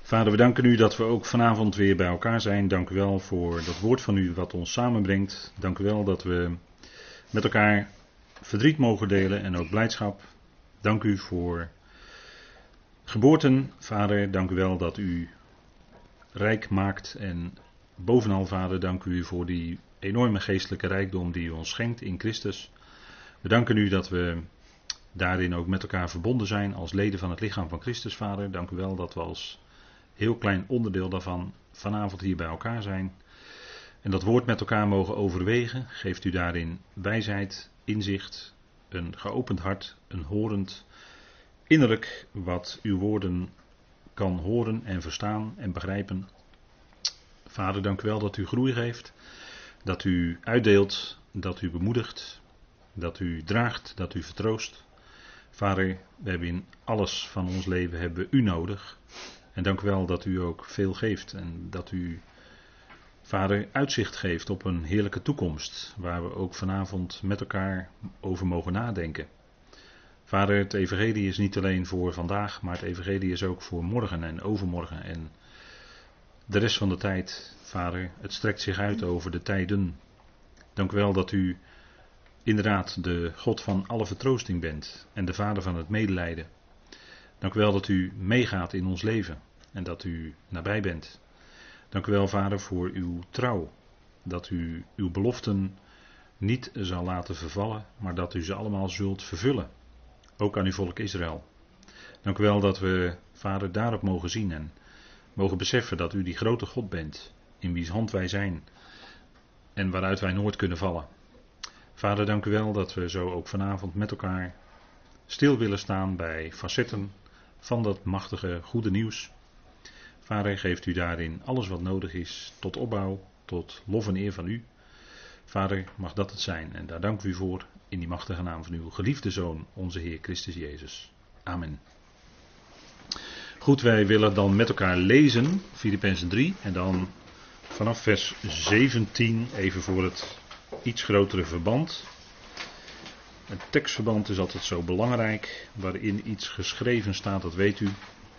Vader, we danken u dat we ook vanavond weer bij elkaar zijn. Dank u wel voor dat woord van u wat ons samenbrengt. Dank u wel dat we met elkaar verdriet mogen delen en ook blijdschap. Dank u voor geboorten, Vader. Dank u wel dat u rijk maakt. En bovenal, Vader, dank u voor die enorme geestelijke rijkdom die u ons schenkt in Christus. We danken u dat we daarin ook met elkaar verbonden zijn als leden van het lichaam van Christus, Vader. Dank u wel dat we als heel klein onderdeel daarvan vanavond hier bij elkaar zijn. En dat woord met elkaar mogen overwegen. Geeft u daarin wijsheid, inzicht, een geopend hart, een horend innerlijk wat uw woorden kan horen en verstaan en begrijpen. Vader, dank u wel dat u groei geeft, dat u uitdeelt, dat u bemoedigt, dat u draagt, dat u vertroost. Vader, we hebben in alles van ons leven hebben we u nodig. En dank u wel dat u ook veel geeft en dat u, Vader, uitzicht geeft op een heerlijke toekomst, waar we ook vanavond met elkaar over mogen nadenken. Vader, het evangelie is niet alleen voor vandaag, maar het evangelie is ook voor morgen en overmorgen en de rest van de tijd. Vader, het strekt zich uit over de tijden. Dank u wel dat u inderdaad de God van alle vertroosting bent en de Vader van het medelijden. Dank u wel dat u meegaat in ons leven en dat u nabij bent. Dank u wel, Vader, voor uw trouw. Dat u uw beloften niet zal laten vervallen, maar dat u ze allemaal zult vervullen. Ook aan uw volk Israël. Dank u wel dat we, Vader, daarop mogen zien en mogen beseffen dat u die grote God bent, in wiens hand wij zijn en waaruit wij nooit kunnen vallen. Vader, dank u wel dat we zo ook vanavond met elkaar stil willen staan bij facetten van dat machtige goede nieuws. Vader, geeft u daarin alles wat nodig is tot opbouw, tot lof en eer van u. Vader, mag dat het zijn en daar dank u voor in die machtige naam van uw geliefde Zoon, onze Heer Christus Jezus. Amen. Goed, wij willen dan met elkaar lezen, Filippenzen 3 en dan vanaf vers 17 even voor het iets grotere verband. Het tekstverband is altijd zo belangrijk, waarin iets geschreven staat, dat weet u.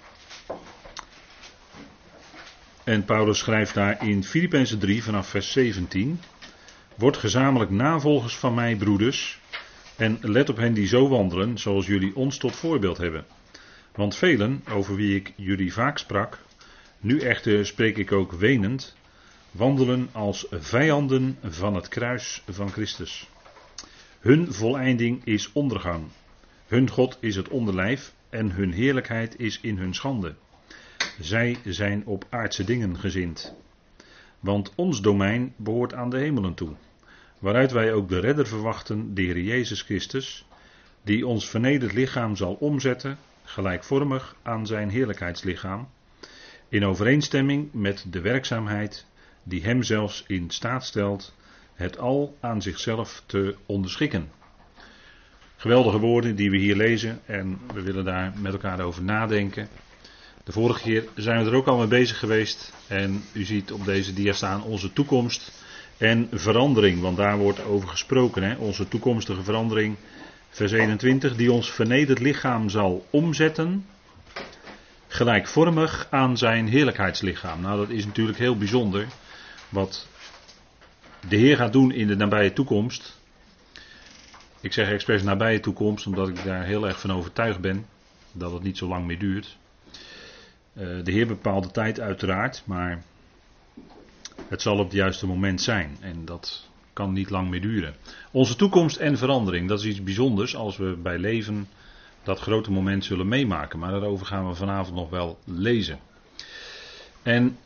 En Paulus schrijft daar in Filippenzen 3 vanaf vers 17. Word gezamenlijk navolgers van mij, broeders, en let op hen die zo wandelen, zoals jullie ons tot voorbeeld hebben. Want velen, over wie ik jullie vaak sprak, nu echter spreek ik ook wenend, wandelen als vijanden van het kruis van Christus. Hun voleinding is ondergang. Hun God is het onderlijf en hun heerlijkheid is in hun schande. Zij zijn op aardse dingen gezind. Want ons domein behoort aan de hemelen toe, waaruit wij ook de redder verwachten, de Heer Jezus Christus, die ons vernederd lichaam zal omzetten, gelijkvormig aan zijn heerlijkheidslichaam, in overeenstemming met de werkzaamheid die hem zelfs in staat stelt het al aan zichzelf te onderschikken. Geweldige woorden die we hier lezen en we willen daar met elkaar over nadenken. De vorige keer zijn we er ook al mee bezig geweest en u ziet op deze dia staan onze toekomst en verandering, want daar wordt over gesproken, hè? Onze toekomstige verandering, vers 21, die ons vernederd lichaam zal omzetten, gelijkvormig aan zijn heerlijkheidslichaam. Nou, dat is natuurlijk heel bijzonder, wat de Heer gaat doen in de nabije toekomst. Ik zeg expres nabije toekomst, omdat ik daar heel erg van overtuigd ben dat het niet zo lang meer duurt. De Heer bepaalt de tijd uiteraard, maar het zal op het juiste moment zijn en dat kan niet lang meer duren. Onze toekomst en verandering, dat is iets bijzonders als we bij leven dat grote moment zullen meemaken, maar daarover gaan we vanavond nog wel lezen. En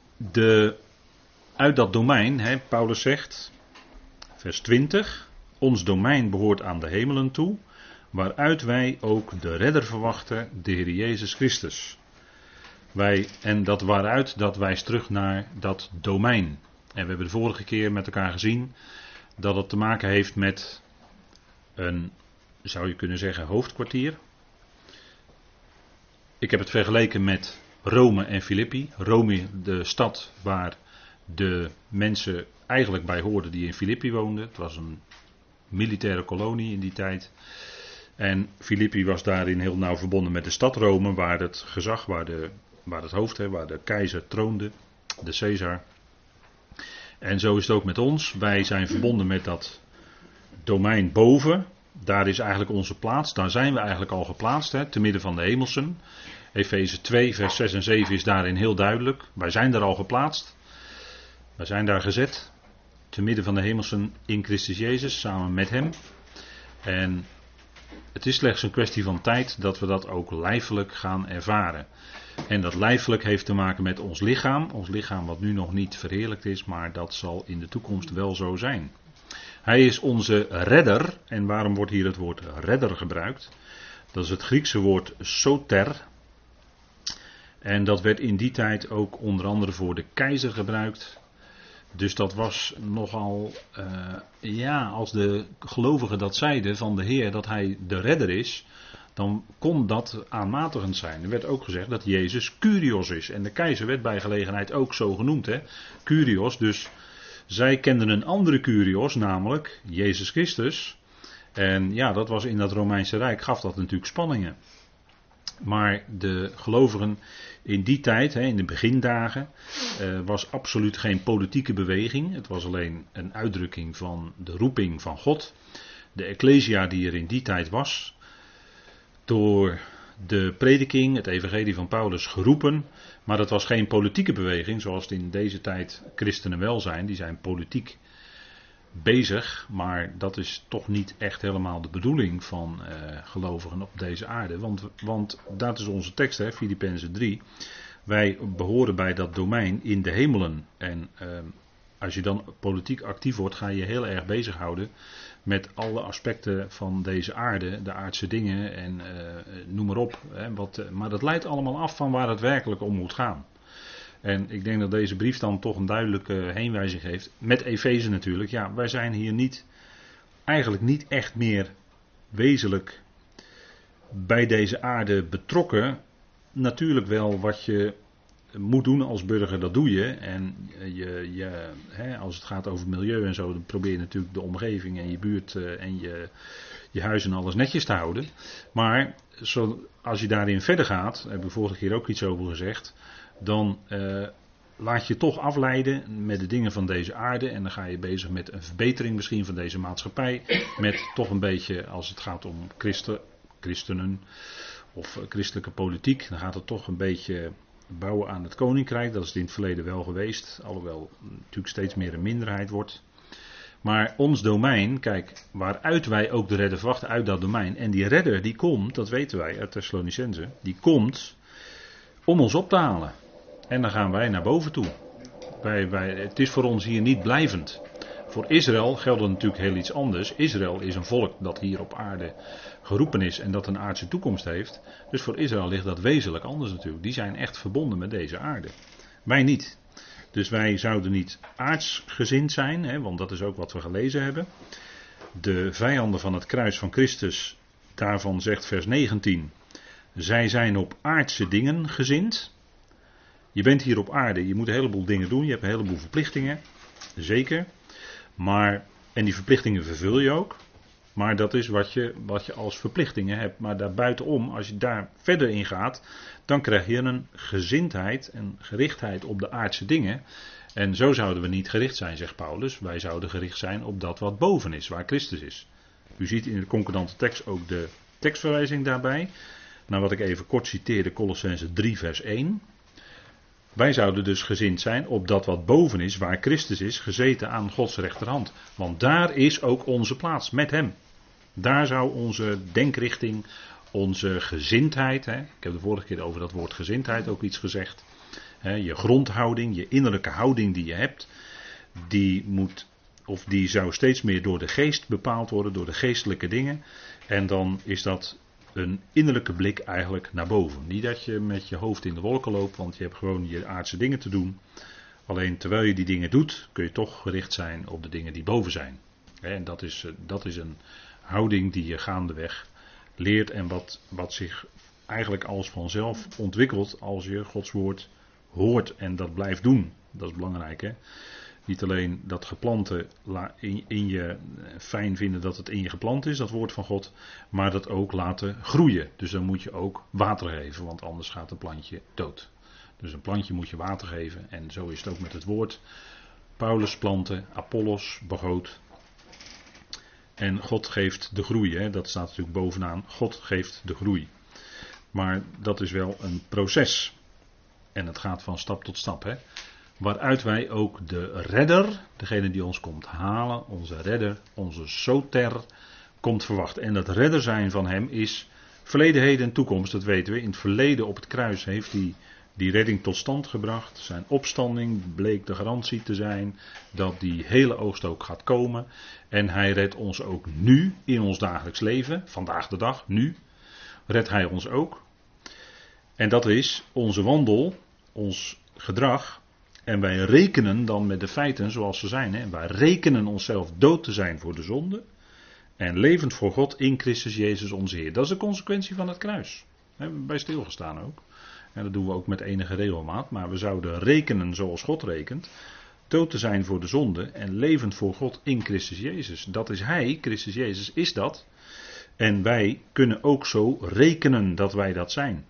uit dat domein, Paulus zegt, vers 20, ons domein behoort aan de hemelen toe, waaruit wij ook de redder verwachten, de Heer Jezus Christus. En dat waaruit, dat wijst terug naar dat domein. En we hebben de vorige keer met elkaar gezien dat het te maken heeft met een, zou je kunnen zeggen, hoofdkwartier. Ik heb het vergeleken met Rome en Filippi. Rome, de stad waar de mensen eigenlijk bij hoorden die in Filippi woonden. Het was een militaire kolonie in die tijd. En Filippi was daarin heel nauw verbonden met de stad Rome, waar het gezag, waar waar het hoofd, waar de keizer troonde, de Caesar. En zo is het ook met ons. Wij zijn verbonden met dat domein boven. Daar is eigenlijk onze plaats. Daar zijn we eigenlijk al geplaatst, te midden van de hemelsen. Efeze 2, vers 6 en 7 is daarin heel duidelijk. Wij zijn daar al geplaatst. Wij zijn daar gezet. Te midden van de hemelsen in Christus Jezus, samen met hem. En het is slechts een kwestie van tijd dat we dat ook lijfelijk gaan ervaren. En dat lijfelijk heeft te maken met ons lichaam. Ons lichaam wat nu nog niet verheerlijkt is, maar dat zal in de toekomst wel zo zijn. Hij is onze redder. En waarom wordt hier het woord redder gebruikt? Dat is het Griekse woord soter. En dat werd in die tijd ook onder andere voor de keizer gebruikt. Dus dat was nogal, als de gelovigen dat zeiden van de Heer dat hij de redder is, dan kon dat aanmatigend zijn. Er werd ook gezegd dat Jezus Kyrios is. En de keizer werd bij gelegenheid ook zo genoemd, Kyrios. Dus zij kenden een andere Kyrios, namelijk Jezus Christus. En ja, dat was in dat Romeinse Rijk, gaf dat natuurlijk spanningen. Maar de gelovigen in die tijd, in de begindagen, was absoluut geen politieke beweging. Het was alleen een uitdrukking van de roeping van God. De Ecclesia die er in die tijd was, door de prediking, het evangelie van Paulus geroepen. Maar dat was geen politieke beweging, zoals het in deze tijd christenen wel zijn. Die zijn politiek bezig, maar dat is toch niet echt helemaal de bedoeling van gelovigen op deze aarde. Want dat is onze tekst, Filippenzen 3. Wij behoren bij dat domein in de hemelen. En als je dan politiek actief wordt, ga je heel erg bezighouden met alle aspecten van deze aarde, de aardse dingen en noem maar op. Maar dat leidt allemaal af van waar het werkelijk om moet gaan. En ik denk dat deze brief dan toch een duidelijke heenwijzing geeft. Met Efeze natuurlijk. Ja, wij zijn hier eigenlijk niet echt meer wezenlijk bij deze aarde betrokken. Natuurlijk wel wat je moet doen als burger, dat doe je. En als het gaat over milieu en zo, dan probeer je natuurlijk de omgeving en je buurt en je huis en alles netjes te houden. Maar als je daarin verder gaat, heb ik vorige keer ook iets over gezegd, dan laat je toch afleiden met de dingen van deze aarde. En dan ga je bezig met een verbetering misschien van deze maatschappij. Met toch een beetje, als het gaat om christenen of christelijke politiek, dan gaat het toch een beetje bouwen aan het koninkrijk. Dat is het in het verleden wel geweest. Alhoewel natuurlijk steeds meer een minderheid wordt. Maar ons domein, kijk, waaruit wij ook de redder verwachten, uit dat domein. En die redder die komt, dat weten wij uit Thessalonicense, die komt om ons op te halen. En dan gaan wij naar boven toe. Het is voor ons hier niet blijvend. Voor Israël geldt het natuurlijk heel iets anders. Israël is een volk dat hier op aarde geroepen is en dat een aardse toekomst heeft. Dus voor Israël ligt dat wezenlijk anders natuurlijk. Die zijn echt verbonden met deze aarde. Wij niet. Dus wij zouden niet aardsgezind zijn, want dat is ook wat we gelezen hebben. De vijanden van het kruis van Christus, daarvan zegt vers 19... Zij zijn op aardse dingen gezind. Je bent hier op aarde, je moet een heleboel dingen doen, je hebt een heleboel verplichtingen, zeker. En die verplichtingen vervul je ook. Maar dat is wat je als verplichtingen hebt. Maar daarbuitenom, als je daar verder in gaat, dan krijg je een gezindheid en gerichtheid op de aardse dingen. En zo zouden we niet gericht zijn, zegt Paulus. Wij zouden gericht zijn op dat wat boven is, waar Christus is. U ziet in de concordante tekst ook de tekstverwijzing daarbij. Nou, wat ik even kort citeerde, Colossenzen 3 vers 1. Wij zouden dus gezind zijn op dat wat boven is, waar Christus is, gezeten aan Gods rechterhand. Want daar is ook onze plaats, met hem. Daar zou onze denkrichting, onze gezindheid, ik heb de vorige keer over dat woord gezindheid ook iets gezegd. Je grondhouding, je innerlijke houding die je hebt, die zou steeds meer door de geest bepaald worden, door de geestelijke dingen. En dan is dat een innerlijke blik eigenlijk naar boven. Niet dat je met je hoofd in de wolken loopt, want je hebt gewoon je aardse dingen te doen. Alleen terwijl je die dingen doet, kun je toch gericht zijn op de dingen die boven zijn. En dat is een houding die je gaandeweg leert en wat zich eigenlijk als vanzelf ontwikkelt als je Gods woord hoort en dat blijft doen. Dat is belangrijk, Niet alleen dat geplante in je fijn vinden dat het in je geplant is, dat woord van God, maar dat ook laten groeien. Dus dan moet je ook water geven, want anders gaat het plantje dood. Dus een plantje moet je water geven. En zo is het ook met het woord. Paulus planten, Apollos begoot. En God geeft de groei. Hè? Dat staat natuurlijk bovenaan. God geeft de groei. Maar dat is wel een proces. En het gaat van stap tot stap. Hè? Waaruit wij ook de redder, degene die ons komt halen, onze redder, onze soter, komt verwachten. En dat redder zijn van hem is verleden, heden en toekomst. Dat weten we. In het verleden op het kruis heeft hij die redding tot stand gebracht. Zijn opstanding bleek de garantie te zijn dat die hele oogst ook gaat komen. En hij redt ons ook nu in ons dagelijks leven. Vandaag de dag, nu. Redt hij ons ook. En dat is onze wandel, ons gedrag. En wij rekenen dan met de feiten zoals ze zijn. Hè. Wij rekenen onszelf dood te zijn voor de zonde. En levend voor God in Christus Jezus onze Heer. Dat is de consequentie van het kruis. Daar hebben we bij stilgestaan ook. En dat doen we ook met enige regelmaat. Maar we zouden rekenen zoals God rekent. Dood te zijn voor de zonde en levend voor God in Christus Jezus. Dat is Hij, Christus Jezus is dat. En wij kunnen ook zo rekenen dat wij dat zijn.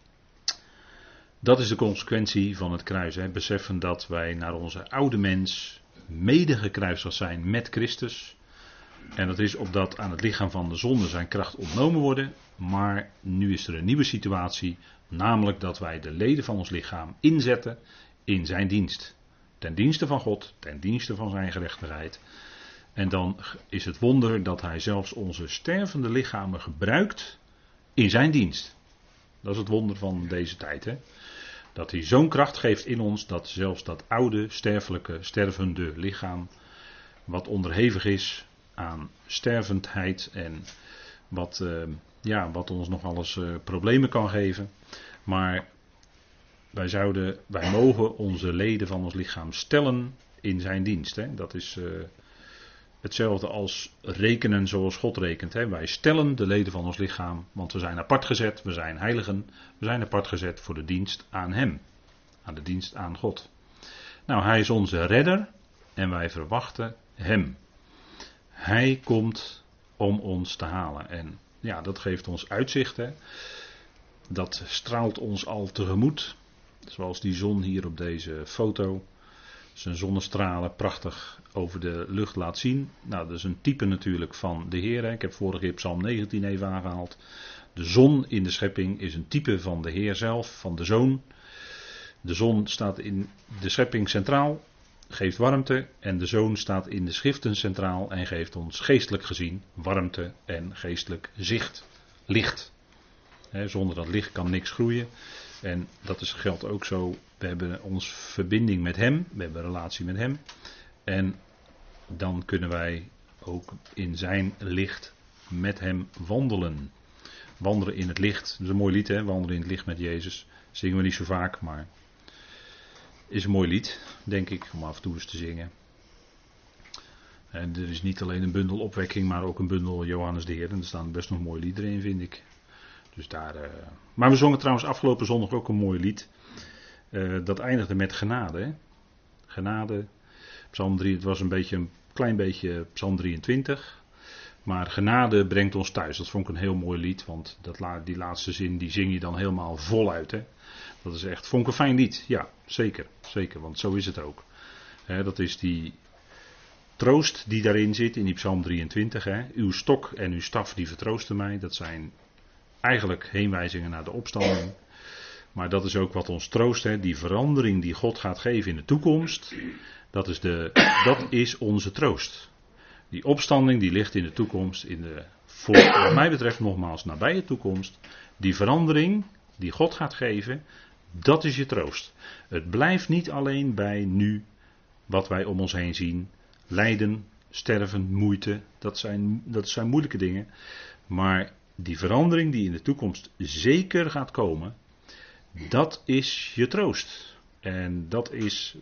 Dat is de consequentie van het kruis. Hè. Beseffen dat wij naar onze oude mens mede gekruisigd zijn met Christus. En dat is opdat aan het lichaam van de zonde zijn kracht ontnomen worden. Maar nu is er een nieuwe situatie. Namelijk dat wij de leden van ons lichaam inzetten in zijn dienst. Ten dienste van God, ten dienste van zijn gerechtigheid. En dan is het wonder dat hij zelfs onze stervende lichamen gebruikt in zijn dienst. Dat is het wonder van deze tijd. Hè? Dat hij zo'n kracht geeft in ons dat zelfs dat oude, sterfelijke, stervende lichaam, wat onderhevig is aan stervendheid en wat ons nog alles problemen kan geven. Maar wij mogen onze leden van ons lichaam stellen in zijn dienst. Hè? Dat is hetzelfde als rekenen zoals God rekent. Hè? Wij stellen de leden van ons lichaam, want we zijn apart gezet, we zijn heiligen. We zijn apart gezet voor de dienst aan hem. Aan de dienst aan God. Nou, hij is onze redder en wij verwachten hem. Hij komt om ons te halen. En ja, dat geeft ons uitzicht. Hè? Dat straalt ons al tegemoet. Zoals die zon hier op deze foto. Zijn zonnestralen prachtig over de lucht laat zien. Nou, dat is een type natuurlijk van de Heer. Hè? Ik heb vorige keer Psalm 19 even aangehaald. De zon in de schepping is een type van de Heer zelf, van de Zoon. De zon staat in de schepping centraal, geeft warmte. En de Zoon staat in de schriften centraal en geeft ons geestelijk gezien warmte en geestelijk zicht, licht. He, zonder dat licht kan niks groeien. En dat geldt ook zo. We hebben onze verbinding met hem, we hebben een relatie met hem. En dan kunnen wij ook in zijn licht met hem wandelen. Wandelen in het licht. Dat is een mooi lied, hè? Wandelen in het licht met Jezus. Zingen we niet zo vaak, maar is een mooi lied, denk ik, om af en toe eens te zingen. En er is niet alleen een bundel opwekking, maar ook een bundel Johannes de Heer. En er staan best nog mooie liederen in, vind ik. Dus daar, Maar we zongen trouwens afgelopen zondag ook een mooi lied. Dat eindigde met genade. Hè? Genade, Psalm 3, het was een klein beetje Psalm 23. Maar genade brengt ons thuis. Dat vond ik een heel mooi lied. Want die laatste zin die zing je dan helemaal voluit. Hè? Dat is echt, vond ik een fijn lied. Ja, zeker. Zeker, want zo is het ook. Dat is die troost die daarin zit in die Psalm 23. Hè? Uw stok en uw staf die vertroosten mij. Dat zijn eigenlijk heenwijzingen naar de opstanding. Maar dat is ook wat ons troost. Hè? Die verandering die God gaat geven in de toekomst. Dat is onze troost. Die opstanding die ligt in de toekomst. Wat mij betreft nogmaals nabije toekomst. Die verandering die God gaat geven. Dat is je troost. Het blijft niet alleen bij nu. Wat wij om ons heen zien. Lijden, sterven, moeite. Dat zijn moeilijke dingen. Maar die verandering die in de toekomst zeker gaat komen. Dat is je troost. En dat is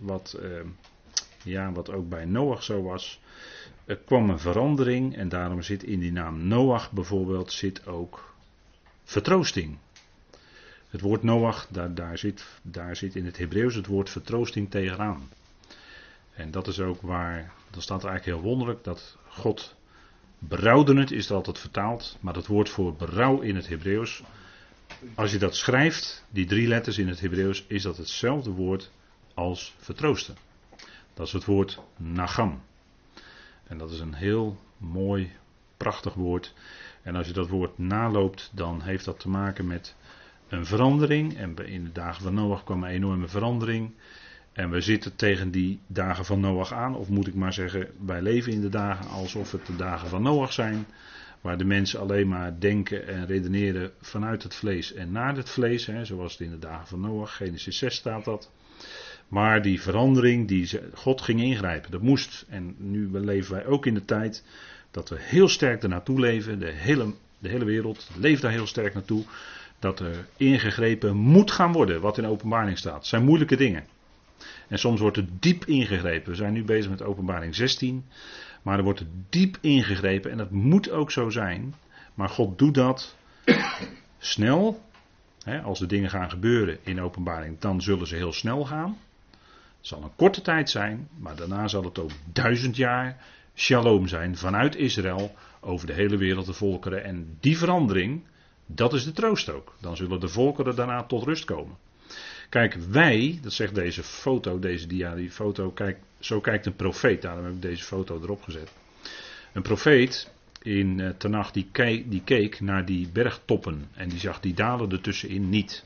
wat ook bij Noach zo was. Er kwam een verandering en daarom zit in die naam Noach bijvoorbeeld zit ook vertroosting. Het woord Noach, daar zit in het Hebreeuws het woord vertroosting tegenaan. En dat is ook waar, dat staat eigenlijk heel wonderlijk, dat God berouwde het, is er altijd vertaald. Maar dat woord voor berouw in het Hebreeuws, als je dat schrijft, die 3 letters in het Hebreeuws, is dat hetzelfde woord als vertroosten. Dat is het woord nagam. En dat is een heel mooi, prachtig woord. En als je dat woord naloopt, dan heeft dat te maken met een verandering. En in de dagen van Noach kwam een enorme verandering. En we zitten tegen die dagen van Noach aan. Of moet ik maar zeggen, wij leven in de dagen alsof het de dagen van Noach zijn. Waar de mensen alleen maar denken en redeneren vanuit het vlees en naar het vlees. Zoals het in de dagen van Noach, Genesis 6 staat dat. Maar die verandering, God ging ingrijpen, dat moest. En nu leven wij ook in de tijd dat we heel sterk ernaartoe leven. De hele wereld leeft daar heel sterk naartoe. Dat er ingegrepen moet gaan worden, wat in Openbaring staat. Het zijn moeilijke dingen. En soms wordt er diep ingegrepen. We zijn nu bezig met Openbaring 16. Maar er wordt er diep ingegrepen en dat moet ook zo zijn. Maar God doet dat snel. Als de dingen gaan gebeuren in Openbaring, dan zullen ze heel snel gaan. Het zal een korte tijd zijn, maar daarna zal het ook 1000 jaar shalom zijn vanuit Israël over de hele wereld, de volkeren. En die verandering, dat is de troost ook. Dan zullen de volkeren daarna tot rust komen. Kijk, wij, dat zegt deze foto, die foto, kijk, zo kijkt een profeet. Daarom heb ik deze foto erop gezet. Een profeet in Tanach die keek naar die bergtoppen en die zag die dalen ertussenin niet.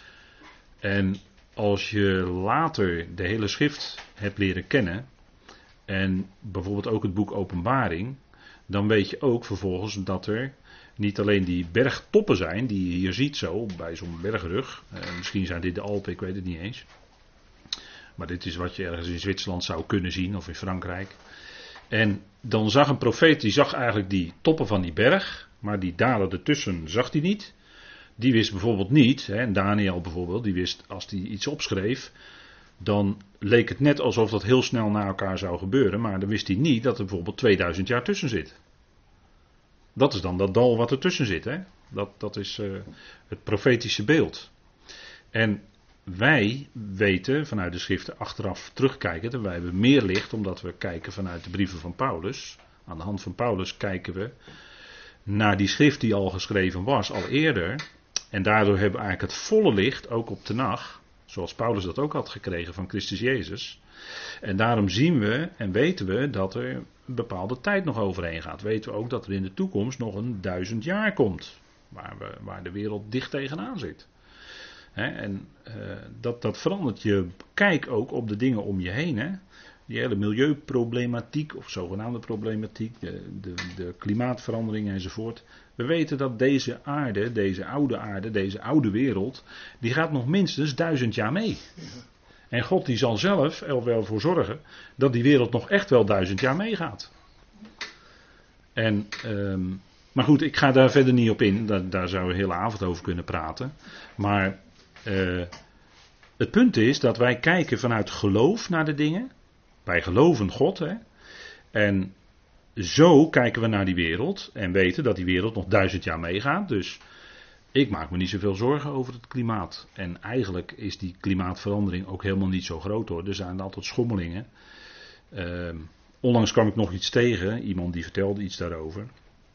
En als je later de hele schrift hebt leren kennen en bijvoorbeeld ook het boek Openbaring, dan weet je ook vervolgens dat er niet alleen die bergtoppen zijn, die je hier ziet zo, bij zo'n bergrug. Misschien zijn dit de Alpen, ik weet het niet eens. Maar dit is wat je ergens in Zwitserland zou kunnen zien, of in Frankrijk. En dan zag een profeet, die zag eigenlijk die toppen van die berg, maar die dalen ertussen zag hij niet. Die wist bijvoorbeeld niet, en Daniel bijvoorbeeld, die wist als hij iets opschreef, dan leek het net alsof dat heel snel na elkaar zou gebeuren, maar dan wist hij niet dat er bijvoorbeeld 2000 jaar tussen zit. Dat is dan dat dal wat ertussen zit. Hè? Dat is het profetische beeld. En wij weten vanuit de schriften achteraf terugkijken. En wij hebben meer licht omdat we kijken vanuit de brieven van Paulus. Aan de hand van Paulus kijken we naar die schrift die al geschreven was, al eerder. En daardoor hebben we eigenlijk het volle licht, ook op Tenach. Zoals Paulus dat ook had gekregen van Christus Jezus. En daarom zien we en weten we dat er een bepaalde tijd nog overheen gaat. Weten we ook dat er in de toekomst nog een 1000 jaar komt. Waar de wereld dicht tegenaan zit. En dat verandert je kijk ook op de dingen om je heen. Hè? Die hele milieuproblematiek of zogenaamde problematiek. De klimaatverandering enzovoort. We weten dat deze aarde, deze oude wereld. Die gaat nog minstens 1000 jaar mee. En God die zal zelf er wel voor zorgen dat die wereld nog echt wel 1000 jaar meegaat. Maar goed, ik ga daar verder niet op in. Daar zouden we de hele avond over kunnen praten. Maar het punt is dat wij kijken vanuit geloof naar de dingen. Wij geloven God. Hè? En zo kijken we naar die wereld. En weten dat die wereld nog 1000 jaar meegaat. Dus ik maak me niet zoveel zorgen over het klimaat. En eigenlijk is die klimaatverandering ook helemaal niet zo groot hoor. Er zijn altijd schommelingen. Onlangs kwam ik nog iets tegen. Iemand die vertelde iets daarover.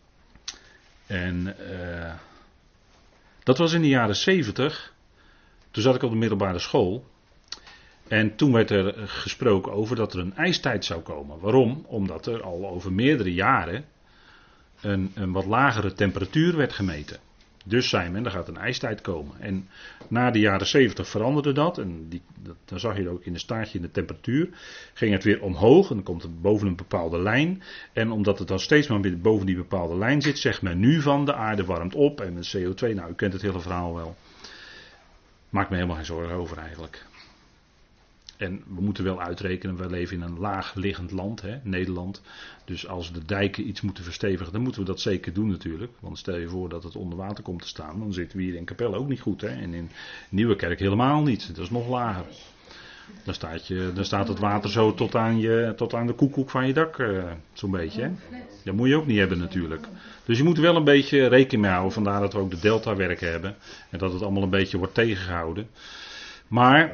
En dat was in de jaren 70. Toen zat ik op de middelbare school. En toen werd er gesproken over dat er een ijstijd zou komen. Waarom? Omdat er al over meerdere jaren een wat lagere temperatuur werd gemeten. Dus zei men, er gaat een ijstijd komen. En na de jaren 70 veranderde dat. En dan zag je ook in een staartje in de temperatuur. Ging het weer omhoog en dan komt het boven een bepaalde lijn. En omdat het dan steeds maar weer boven die bepaalde lijn zit, zegt men nu van de aarde warmt op. En met CO2, nou u kent het hele verhaal wel. Maakt me helemaal geen zorgen over eigenlijk. En we moeten wel uitrekenen, we leven in een laag liggend land, hè, Nederland. Dus als de dijken iets moeten verstevigen, dan moeten we dat zeker doen natuurlijk. Want stel je voor dat het onder water komt te staan, dan zitten we hier in Capelle ook niet goed. Hè. En in Nieuwekerk helemaal niet, dat is nog lager. Dan staat het water zo tot aan de koekoek van je dak, zo'n beetje. Hè. Dat moet je ook niet hebben natuurlijk. Dus je moet er wel een beetje rekening mee houden, vandaar dat we ook de deltawerken hebben. En dat het allemaal een beetje wordt tegengehouden. Maar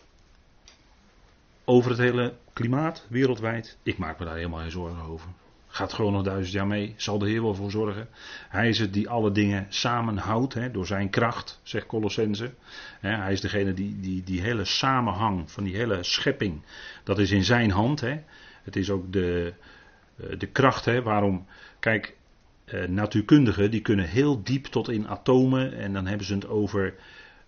over het hele klimaat wereldwijd, ik maak me daar helemaal geen zorgen over. Gaat gewoon nog 1000 jaar mee. Zal de Heer wel voor zorgen. Hij is het die alle dingen samenhoudt. Door zijn kracht, zegt Colossense. Hij is degene die hele samenhang van die hele schepping. Dat is in zijn hand. Het is ook de kracht. Waarom, kijk, natuurkundigen die kunnen heel diep tot in atomen. En dan hebben ze het over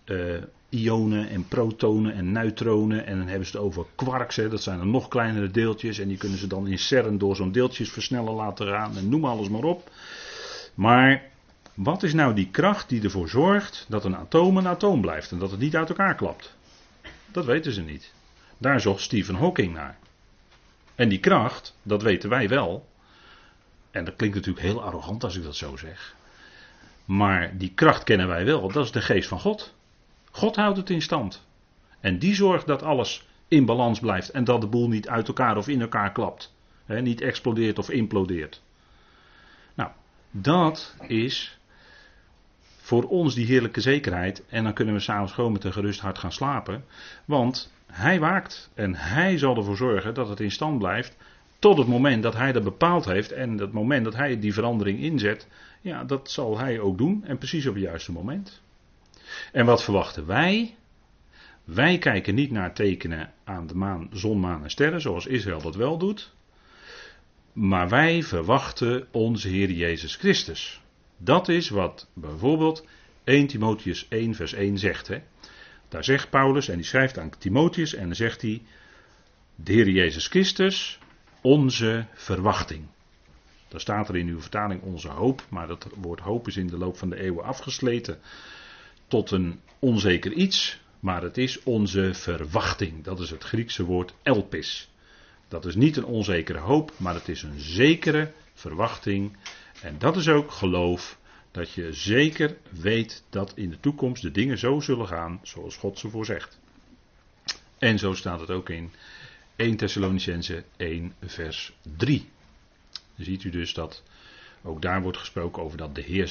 ionen en protonen en neutronen. En dan hebben ze het over quarks. Dat zijn dan nog kleinere deeltjes. En die kunnen ze dan in CERN door zo'n deeltjesversneller laten gaan. En noem alles maar op. Maar wat is nou die kracht die ervoor zorgt dat een atoom blijft. En dat het niet uit elkaar klapt? Dat weten ze niet. Daar zocht Stephen Hawking naar. En die kracht, dat weten wij wel. En dat klinkt natuurlijk heel arrogant als ik dat zo zeg. Maar die kracht kennen wij wel. Dat is de geest van God. God houdt het in stand. En die zorgt dat alles in balans blijft. En dat de boel niet uit elkaar of in elkaar klapt. Niet explodeert of implodeert. Nou, dat is voor ons die heerlijke zekerheid. En dan kunnen we s'avonds gewoon met een gerust hart gaan slapen. Want hij waakt. En hij zal ervoor zorgen dat het in stand blijft. Tot het moment dat hij dat bepaald heeft. En het moment dat hij die verandering inzet. Ja, dat zal hij ook doen. En precies op het juiste moment. En wat verwachten wij? Wij kijken niet naar tekenen aan de maan, zon, maan en sterren, zoals Israël dat wel doet. Maar wij verwachten onze Heer Jezus Christus. Dat is wat bijvoorbeeld 1 Timotheüs 1 vers 1 zegt. Daar zegt Paulus, en die schrijft aan Timotheüs, en dan zegt hij, de Heer Jezus Christus, onze verwachting. Daar staat er in uw vertaling onze hoop, maar dat woord hoop is in de loop van de eeuwen afgesleten tot een onzeker iets, maar het is onze verwachting. Dat is het Griekse woord elpis. Dat is niet een onzekere hoop, maar het is een zekere verwachting. En dat is ook geloof, dat je zeker weet dat in de toekomst de dingen zo zullen gaan zoals God ze voorzegt. En zo staat het ook in 1 Thessalonicenzen 1 vers 3. Dan ziet u dus dat ook daar wordt gesproken over dat de Heer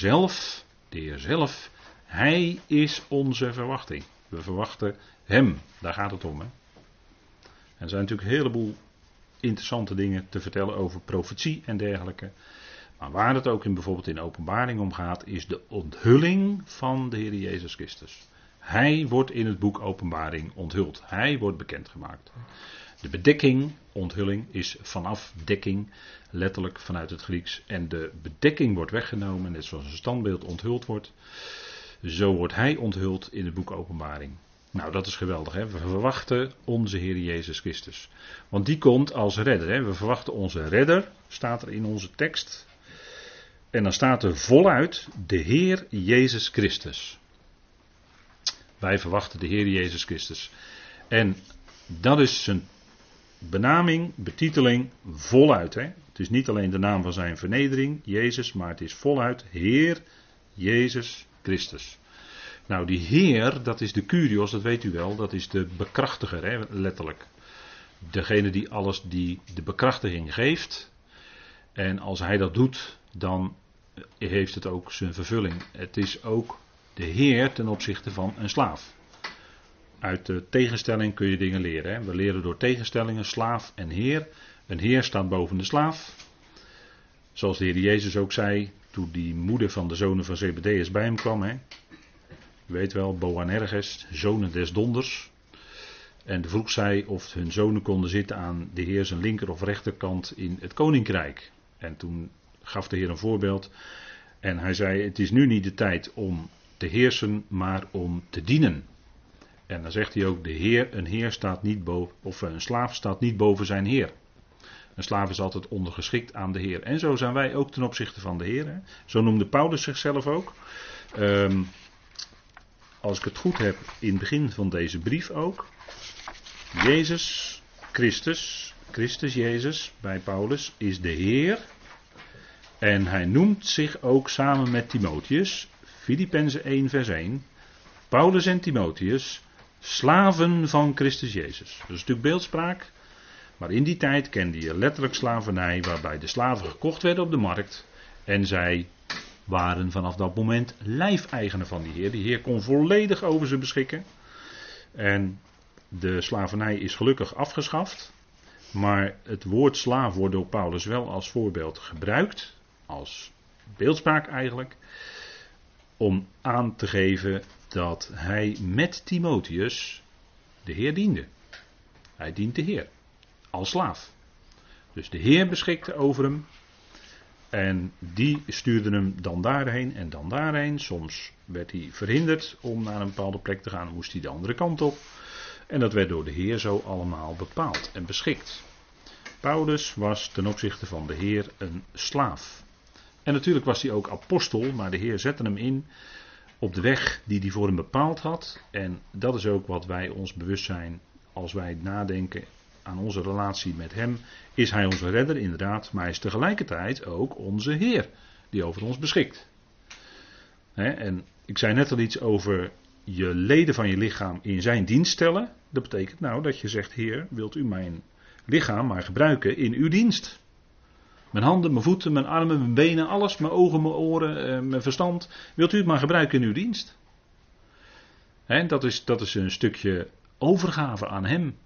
zelf, hij is onze verwachting. We verwachten hem. Daar gaat het om. En er zijn natuurlijk een heleboel interessante dingen te vertellen over profetie en dergelijke. Maar waar het ook bijvoorbeeld in Openbaring om gaat, is de onthulling van de Heer Jezus Christus. Hij wordt in het boek Openbaring onthuld. Hij wordt bekendgemaakt. De bedekking, onthulling, is vanaf dekking, letterlijk vanuit het Grieks. En de bedekking wordt weggenomen, net zoals een standbeeld onthuld wordt. Zo wordt hij onthuld in het boek Openbaring. Nou, dat is geweldig. We verwachten onze Heer Jezus Christus. Want die komt als redder. We verwachten onze redder, staat er in onze tekst. En dan staat er voluit de Heer Jezus Christus. Wij verwachten de Heer Jezus Christus. En dat is zijn benaming, betiteling voluit. Het is niet alleen de naam van zijn vernedering, Jezus, maar het is voluit Heer Jezus Christus. Nou, die Heer, dat is de Kyrios, dat weet u wel, dat is de bekrachtiger, letterlijk. Degene die de bekrachtiging geeft. En als hij dat doet, dan heeft het ook zijn vervulling. Het is ook de Heer ten opzichte van een slaaf. Uit de tegenstelling kun je dingen leren. We leren door tegenstellingen, slaaf en Heer. Een Heer staat boven de slaaf. Zoals de Heer Jezus ook zei, toen die moeder van de zonen van Zebedeus bij hem kwam. U weet wel, Boanerges, zonen des donders. En vroeg zij of hun zonen konden zitten aan de Heer zijn linker of rechterkant in het koninkrijk. En toen gaf de Heer een voorbeeld. En hij zei, het is nu niet de tijd om te heersen, maar om te dienen. En dan zegt hij ook, een heer staat niet boven, of een slaaf staat niet boven zijn heer. Een slaaf is altijd ondergeschikt aan de Heer. En zo zijn wij ook ten opzichte van de Heer. Zo noemde Paulus zichzelf ook. Als ik het goed heb, in het begin van deze brief ook. Jezus Christus Jezus bij Paulus is de Heer. En hij noemt zich ook samen met Timotheus, Filippenzen 1 vers 1, Paulus en Timotheus, slaven van Christus Jezus. Dat is natuurlijk beeldspraak. Maar in die tijd kende je letterlijk slavernij, waarbij de slaven gekocht werden op de markt. En zij waren vanaf dat moment lijfeigenen van die Heer. Die Heer kon volledig over ze beschikken. En de slavernij is gelukkig afgeschaft. Maar het woord slaaf wordt door Paulus wel als voorbeeld gebruikt, als beeldspraak eigenlijk, om aan te geven dat hij met Timotheus de Heer diende. Hij dient de Heer als slaaf. Dus de Heer beschikte over hem en die stuurde hem dan daarheen en dan daarheen. Soms werd hij verhinderd om naar een bepaalde plek te gaan, moest hij de andere kant op. En dat werd door de Heer zo allemaal bepaald en beschikt. Paulus was ten opzichte van de Heer een slaaf. En natuurlijk was hij ook apostel, maar de Heer zette hem in op de weg die hij voor hem bepaald had. En dat is ook wat wij ons bewust zijn als wij nadenken aan onze relatie met hem. Is hij onze redder, inderdaad, maar hij is tegelijkertijd ook onze Heer die over ons beschikt. En ik zei net al iets over je leden van je lichaam in zijn dienst stellen. Dat betekent nou dat je zegt, Heer, wilt u mijn lichaam maar gebruiken in uw dienst? Mijn handen, mijn voeten, mijn armen, mijn benen, alles, mijn ogen, mijn oren, mijn verstand. Wilt u het maar gebruiken in uw dienst? Dat is een stukje overgave aan hem.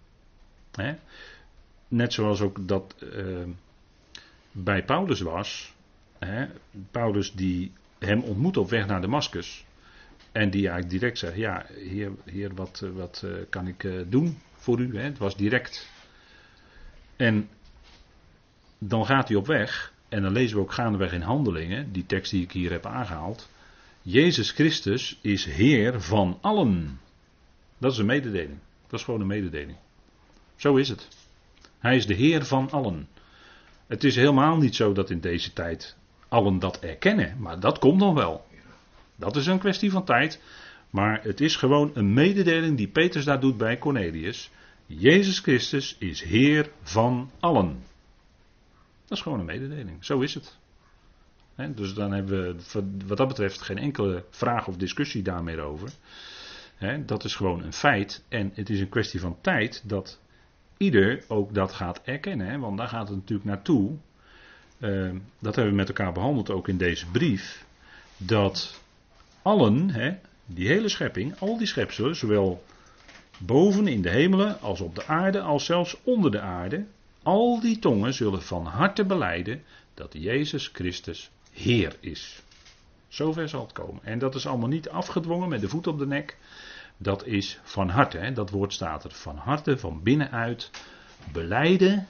Net zoals ook dat bij Paulus was. Paulus die hem ontmoet op weg naar Damascus. En die eigenlijk direct zegt, ja, heer wat kan ik doen voor u? Het was direct. En dan gaat hij op weg, en dan lezen we ook gaandeweg in Handelingen, die tekst die ik hier heb aangehaald. Jezus Christus is Heer van allen. Dat is een mededeling. Dat is gewoon een mededeling. Zo is het. Hij is de Heer van allen. Het is helemaal niet zo dat in deze tijd allen dat erkennen, maar dat komt nog wel. Dat is een kwestie van tijd, maar het is gewoon een mededeling die Petrus daar doet bij Cornelius. Jezus Christus is Heer van allen. Dat is gewoon een mededeling. Zo is het. Dus dan hebben we wat dat betreft geen enkele vraag of discussie daar meer over. Dat is gewoon een feit. En het is een kwestie van tijd dat ieder ook dat gaat erkennen. Want daar gaat het natuurlijk naartoe. Dat hebben we met elkaar behandeld ook in deze brief. Dat allen, die hele schepping, al die schepselen, zowel boven in de hemelen als op de aarde, als zelfs onder de aarde, al die tongen zullen van harte belijden dat Jezus Christus Heer is. Zover zal het komen. En dat is allemaal niet afgedwongen met de voet op de nek. Dat is van harte. Dat woord staat er. Van harte, van binnenuit. Belijden.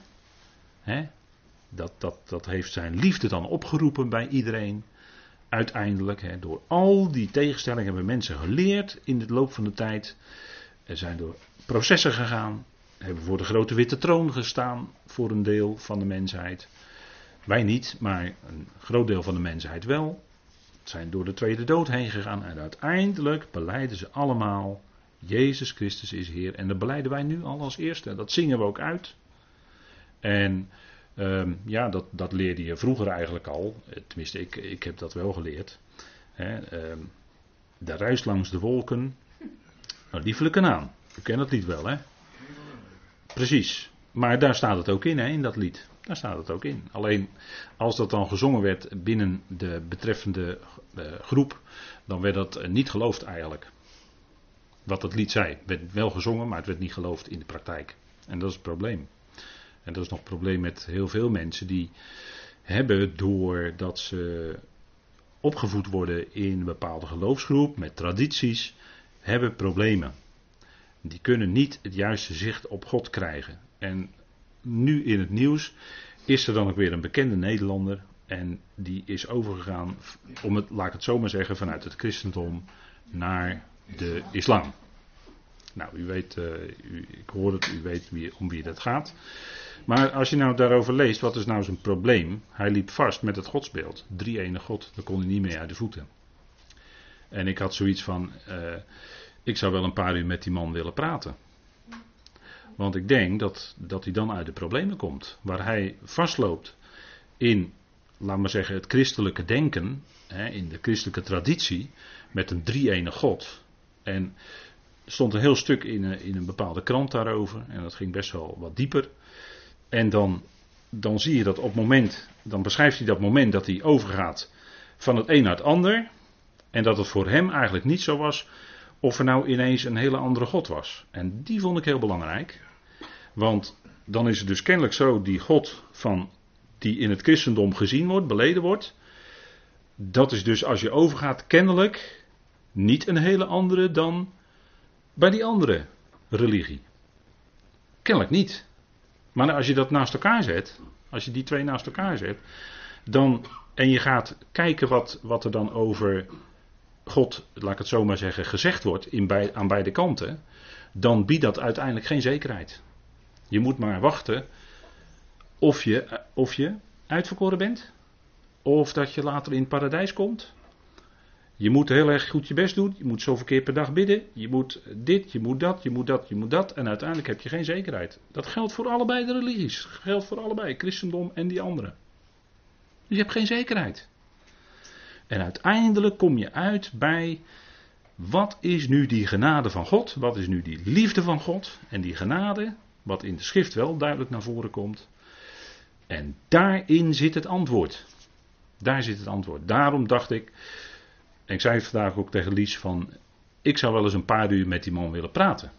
Dat heeft zijn liefde dan opgeroepen bij iedereen. Uiteindelijk. Door al die tegenstellingen hebben mensen geleerd in de loop van de tijd. Er zijn door processen gegaan. Hebben voor de grote witte troon gestaan voor een deel van de mensheid. Wij niet, maar een groot deel van de mensheid wel. Zijn door de tweede dood heen gegaan en uiteindelijk belijden ze allemaal, Jezus Christus is Heer. En dat belijden wij nu al als eerste, dat zingen we ook uit. En dat leerde je vroeger eigenlijk al, tenminste ik heb dat wel geleerd. De reis langs de wolken, een liefelijke naam. U kent dat lied wel, hè? Precies, maar daar staat het ook in dat lied. Daar staat het ook in. Alleen als dat dan gezongen werd binnen de betreffende groep, dan werd dat niet geloofd eigenlijk. Wat het lied zei. Het werd wel gezongen, maar het werd niet geloofd in de praktijk. En dat is het probleem. En dat is nog het probleem met heel veel mensen die hebben, doordat ze opgevoed worden in een bepaalde geloofsgroep, met tradities, hebben problemen. Die kunnen niet het juiste zicht op God krijgen. En nu in het nieuws is er dan ook weer een bekende Nederlander. En die is overgegaan, laat ik het zo maar zeggen, vanuit het christendom naar de islam. Nou, u weet, ik hoor het, u weet om wie dat gaat. Maar als je nou daarover leest, wat is nou zijn probleem? Hij liep vast met het godsbeeld. Drie-ene God, daar kon hij niet mee uit de voeten. En ik had zoiets van, ik zou wel een paar uur met die man willen praten. Want ik denk dat hij dan uit de problemen komt. Waar hij vastloopt in, laat maar zeggen, het christelijke denken. In de christelijke traditie. Met een drie-ene God. En er stond een heel stuk in een bepaalde krant daarover. En dat ging best wel wat dieper. En dan zie je dat op het moment. Dan beschrijft hij dat moment dat hij overgaat van het een naar het ander. En dat het voor hem eigenlijk niet zo was of er nou ineens een hele andere God was. En die vond ik heel belangrijk. Want dan is het dus kennelijk zo, die God die in het christendom gezien wordt, beleden wordt. Dat is dus als je overgaat kennelijk niet een hele andere dan bij die andere religie. Kennelijk niet. Maar als je dat naast elkaar zet, als je die twee naast elkaar zet, en je gaat kijken wat er dan over God, laat ik het zo maar zeggen, gezegd wordt aan beide kanten, dan biedt dat uiteindelijk geen zekerheid. Je moet maar wachten of je uitverkoren bent, of dat je later in het paradijs komt. Je moet heel erg goed je best doen, je moet zoveel keer per dag bidden, je moet dit, je moet dat, je moet dat, je moet dat, en uiteindelijk heb je geen zekerheid. Dat geldt voor allebei de religies, dat geldt voor allebei, christendom en die andere. Dus je hebt geen zekerheid. En uiteindelijk kom je uit bij, wat is nu die genade van God? Wat is nu die liefde van God? En die genade, wat in de schrift wel duidelijk naar voren komt. En daarin zit het antwoord. Daar zit het antwoord. Daarom dacht ik, en ik zei het vandaag ook tegen Lies, ik zou wel eens een paar uur met die man willen praten.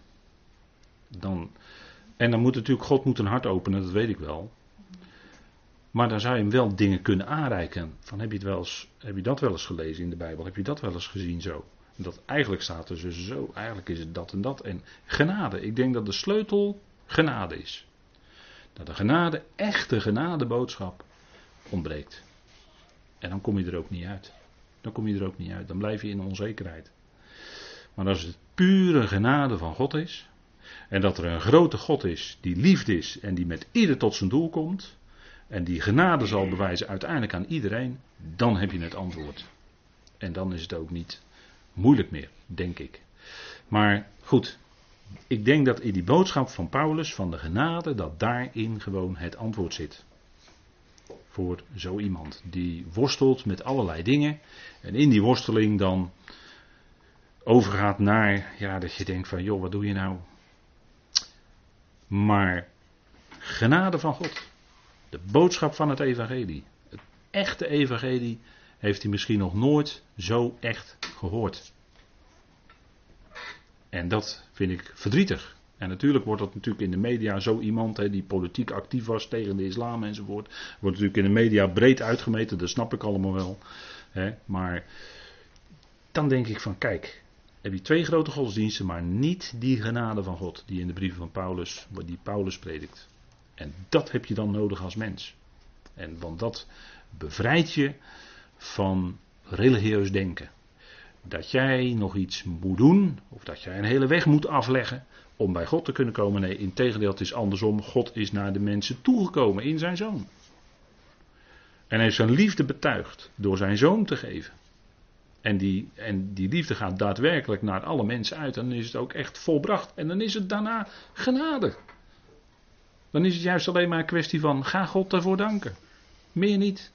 En dan moet natuurlijk, God moet een hart openen, dat weet ik wel. Maar dan zou je hem wel dingen kunnen aanreiken. Heb je dat wel eens gelezen in de Bijbel? Heb je dat wel eens gezien zo? Dat eigenlijk staat er dus zo, eigenlijk is het dat en dat. En genade, ik denk dat de sleutel genade is. Dat de genade, echte genadeboodschap, ontbreekt. En dan kom je er ook niet uit. Dan blijf je in onzekerheid. Maar als het pure genade van God is, en dat er een grote God is die liefde is en die met ieder tot zijn doel komt, en die genade zal bewijzen uiteindelijk aan iedereen, dan heb je het antwoord. En dan is het ook niet moeilijk meer, denk ik. Maar goed, ik denk dat in die boodschap van Paulus, van de genade, dat daarin gewoon het antwoord zit. Voor zo iemand die worstelt met allerlei dingen. En in die worsteling dan overgaat naar, dat je denkt van, joh, wat doe je nou? Maar genade van God. De boodschap van het evangelie. Het echte evangelie heeft hij misschien nog nooit zo echt gehoord. En dat vind ik verdrietig. En natuurlijk wordt dat natuurlijk in de media zo iemand die politiek actief was tegen de islam enzovoort. Wordt natuurlijk in de media breed uitgemeten, dat snap ik allemaal wel. Maar dan denk ik van kijk, heb je twee grote godsdiensten, maar niet die genade van God die in de brieven van Paulus, die Paulus predikt. En dat heb je dan nodig als mens. Want dat bevrijdt je van religieus denken. Dat jij nog iets moet doen, of dat jij een hele weg moet afleggen om bij God te kunnen komen. Nee, integendeel, het is andersom. God is naar de mensen toegekomen in zijn zoon. En heeft zijn liefde betuigd door zijn zoon te geven. En die liefde gaat daadwerkelijk naar alle mensen uit. En dan is het ook echt volbracht. En dan is het daarna genade. Dan is het juist alleen maar een kwestie van, ga God daarvoor danken. Meer niet.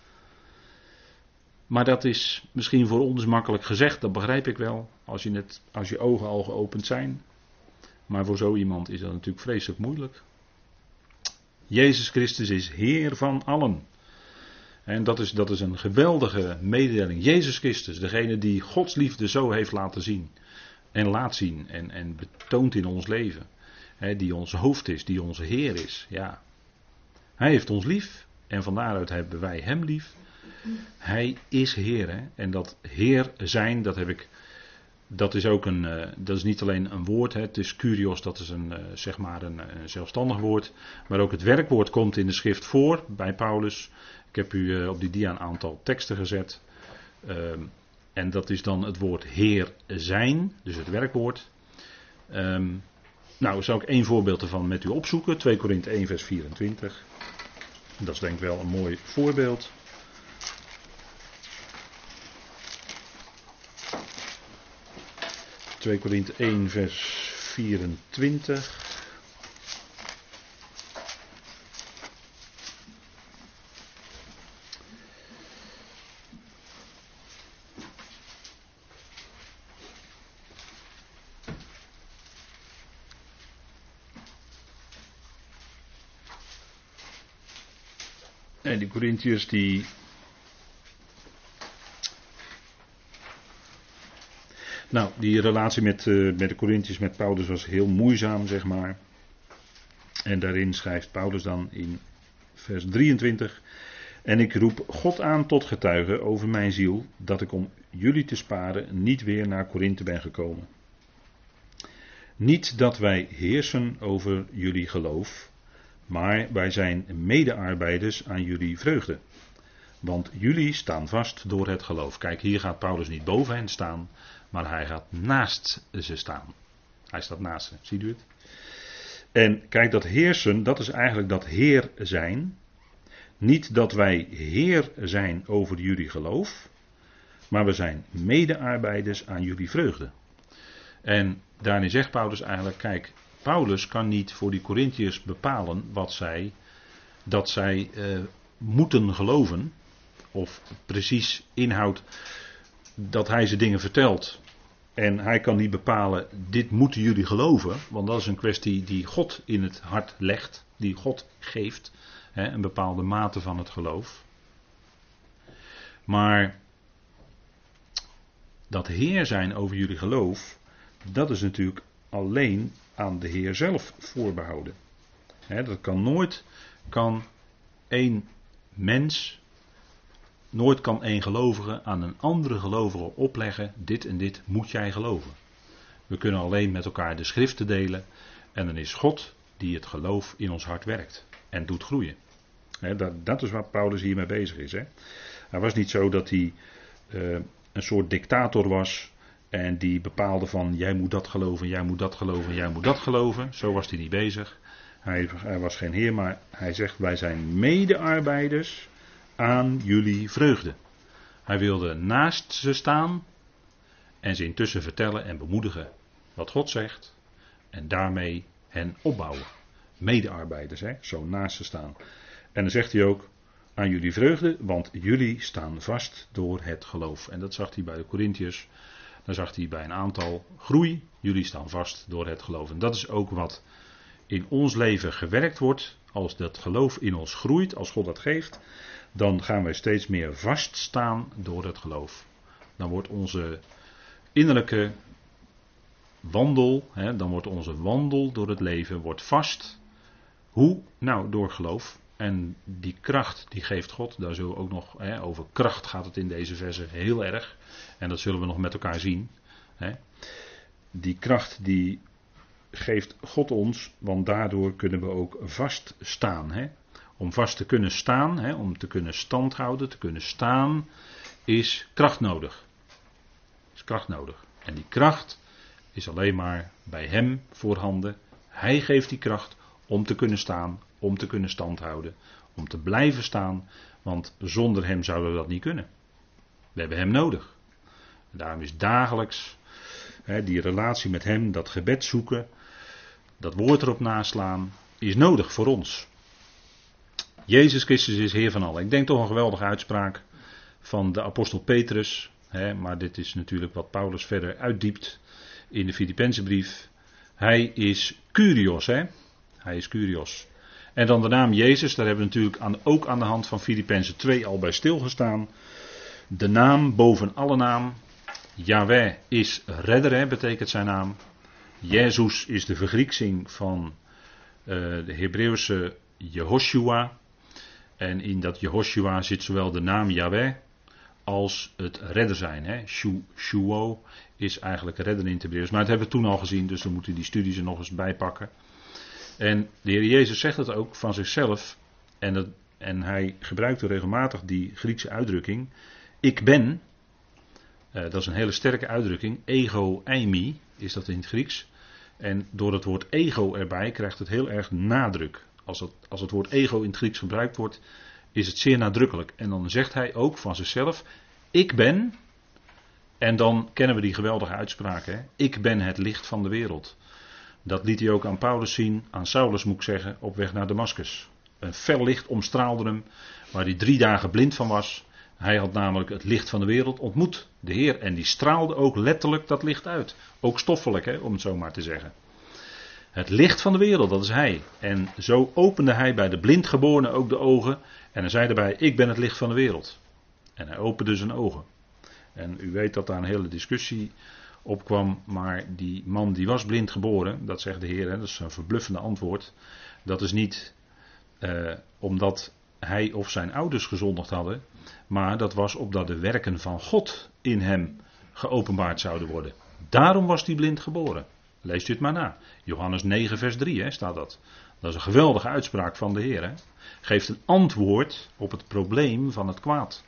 Maar dat is misschien voor ons makkelijk gezegd, dat begrijp ik wel. Als je ogen al geopend zijn. Maar voor zo iemand is dat natuurlijk vreselijk moeilijk. Jezus Christus is Heer van allen. En dat is een geweldige mededeling. Jezus Christus, degene die Gods liefde zo heeft laten zien. En laat zien en betoont in ons leven. Die ons hoofd is, die onze Heer is. Ja. Hij heeft ons lief. En van daaruit hebben wij hem lief. Hij is Heer. En dat Heer zijn, dat is niet alleen een woord. Het is kurios, dat is een zelfstandig woord. Maar ook het werkwoord komt in de schrift voor bij Paulus. Ik heb u op die dia een aantal teksten gezet. En dat is dan het woord Heer zijn, dus het werkwoord. Nou, zal ik één voorbeeld ervan met u opzoeken. 2 Korinthe 1 vers 24. Dat is denk ik wel een mooi voorbeeld. - 2 Korinthe 1 vers 24. En die Korintiërs die... Nou, die relatie met de Korintiërs met Paulus was heel moeizaam, zeg maar. En daarin schrijft Paulus dan in vers 23. En ik roep God aan tot getuige over mijn ziel, dat ik om jullie te sparen niet weer naar Korinthe ben gekomen. Niet dat wij heersen over jullie geloof, maar wij zijn medearbeiders aan jullie vreugde. Want jullie staan vast door het geloof. Kijk, hier gaat Paulus niet boven hen staan, maar hij gaat naast ze staan. Hij staat naast ze, ziet u het? En kijk, dat heersen, dat is eigenlijk dat heer zijn. Niet dat wij heer zijn over jullie geloof, maar we zijn medearbeiders aan jullie vreugde. En daarin zegt Paulus eigenlijk, kijk, Paulus kan niet voor die Korintiërs bepalen dat zij moeten geloven, of precies inhoud dat hij ze dingen vertelt. En hij kan niet bepalen, dit moeten jullie geloven, want dat is een kwestie die God in het hart legt, die God geeft, een bepaalde mate van het geloof. Maar dat Heer zijn over jullie geloof, dat is natuurlijk alleen aan de Heer zelf voorbehouden. Dat kan één mens, nooit kan één gelovige aan een andere gelovige opleggen, dit en dit moet jij geloven. We kunnen alleen met elkaar de schriften delen en dan is God die het geloof in ons hart werkt en doet groeien. Dat is waar Paulus hiermee bezig is. Hij was niet zo dat hij een soort dictator was en die bepaalde van jij moet dat geloven, jij moet dat geloven, jij moet dat geloven. Zo was hij niet bezig. Hij was geen heer, maar hij zegt wij zijn medearbeiders aan jullie vreugde. Hij wilde naast ze staan en ze intussen vertellen en bemoedigen wat God zegt en daarmee hen opbouwen. Medearbeiders, zo naast ze staan. En dan zegt hij ook aan jullie vreugde, want jullie staan vast door het geloof. En dat zag hij bij de Korintiërs. Dan zag hij bij een aantal groei. Jullie staan vast door het geloof. En dat is ook wat in ons leven gewerkt wordt. Als dat geloof in ons groeit, als God dat geeft, dan gaan wij steeds meer vaststaan door het geloof. Dan wordt onze innerlijke wandel, dan wordt onze wandel door het leven wordt vast. Hoe? Nou, door geloof. En die kracht, die geeft God. Daar zullen we ook nog, over kracht gaat het in deze verse heel erg. En dat zullen we nog met elkaar zien. Die kracht die geeft God ons, want daardoor kunnen we ook vaststaan. Om vast te kunnen staan, om te kunnen standhouden, te kunnen staan, is kracht nodig. Is kracht nodig. En die kracht is alleen maar bij Hem voorhanden. Hij geeft die kracht om te kunnen staan, om te kunnen standhouden, om te blijven staan, want zonder Hem zouden we dat niet kunnen. We hebben Hem nodig. En daarom is dagelijks die relatie met Hem, dat gebed zoeken, dat woord erop naslaan, is nodig voor ons. Jezus Christus is Heer van allen. Ik denk toch een geweldige uitspraak van de apostel Petrus, maar dit is natuurlijk wat Paulus verder uitdiept in de Filippenzenbrief. Hij is Kyrios, Hij is Kyrios. En dan de naam Jezus, daar hebben we natuurlijk ook aan de hand van Filippenzen 2 al bij stilgestaan. De naam boven alle naam. Yahweh is redder, betekent zijn naam. Jezus is de vergrieksing van de Hebreeuwse Jehoshua. En in dat Jehoshua zit zowel de naam Yahweh als het redder zijn. Shuo is eigenlijk redder in het Hebreeuws. Maar dat hebben we toen al gezien, dus dan moeten we die studies er nog eens bij pakken. En de Heer Jezus zegt het ook van zichzelf. En hij gebruikte regelmatig die Griekse uitdrukking. Ik ben. Dat is een hele sterke uitdrukking. Ego eimi is dat in het Grieks. En door het woord ego erbij krijgt het heel erg nadruk. Als het woord ego in het Grieks gebruikt wordt, is het zeer nadrukkelijk. En dan zegt hij ook van zichzelf. Ik ben. En dan kennen we die geweldige uitspraak. Ik ben het licht van de wereld. Dat liet hij ook aan Paulus zien, aan Saulus moet ik zeggen, op weg naar Damascus. Een fel licht omstraalde hem, waar hij 3 dagen blind van was. Hij had namelijk het licht van de wereld ontmoet, de Heer. En die straalde ook letterlijk dat licht uit. Ook stoffelijk, om het zo maar te zeggen. Het licht van de wereld, dat is hij. En zo opende hij bij de blindgeborene ook de ogen. En hij zei erbij, ik ben het licht van de wereld. En hij opende zijn ogen. En u weet dat daar een hele discussie opkwam. Maar die man die was blind geboren, dat zegt de Heer, hè, dat is een verbluffende antwoord. Dat is niet omdat hij of zijn ouders gezondigd hadden, maar dat was opdat de werken van God in hem geopenbaard zouden worden. Daarom was hij blind geboren. Leest u het maar na. Johannes 9 vers 3 hè, staat dat. Dat is een geweldige uitspraak van de Heer. Hè. Geeft een antwoord op het probleem van het kwaad.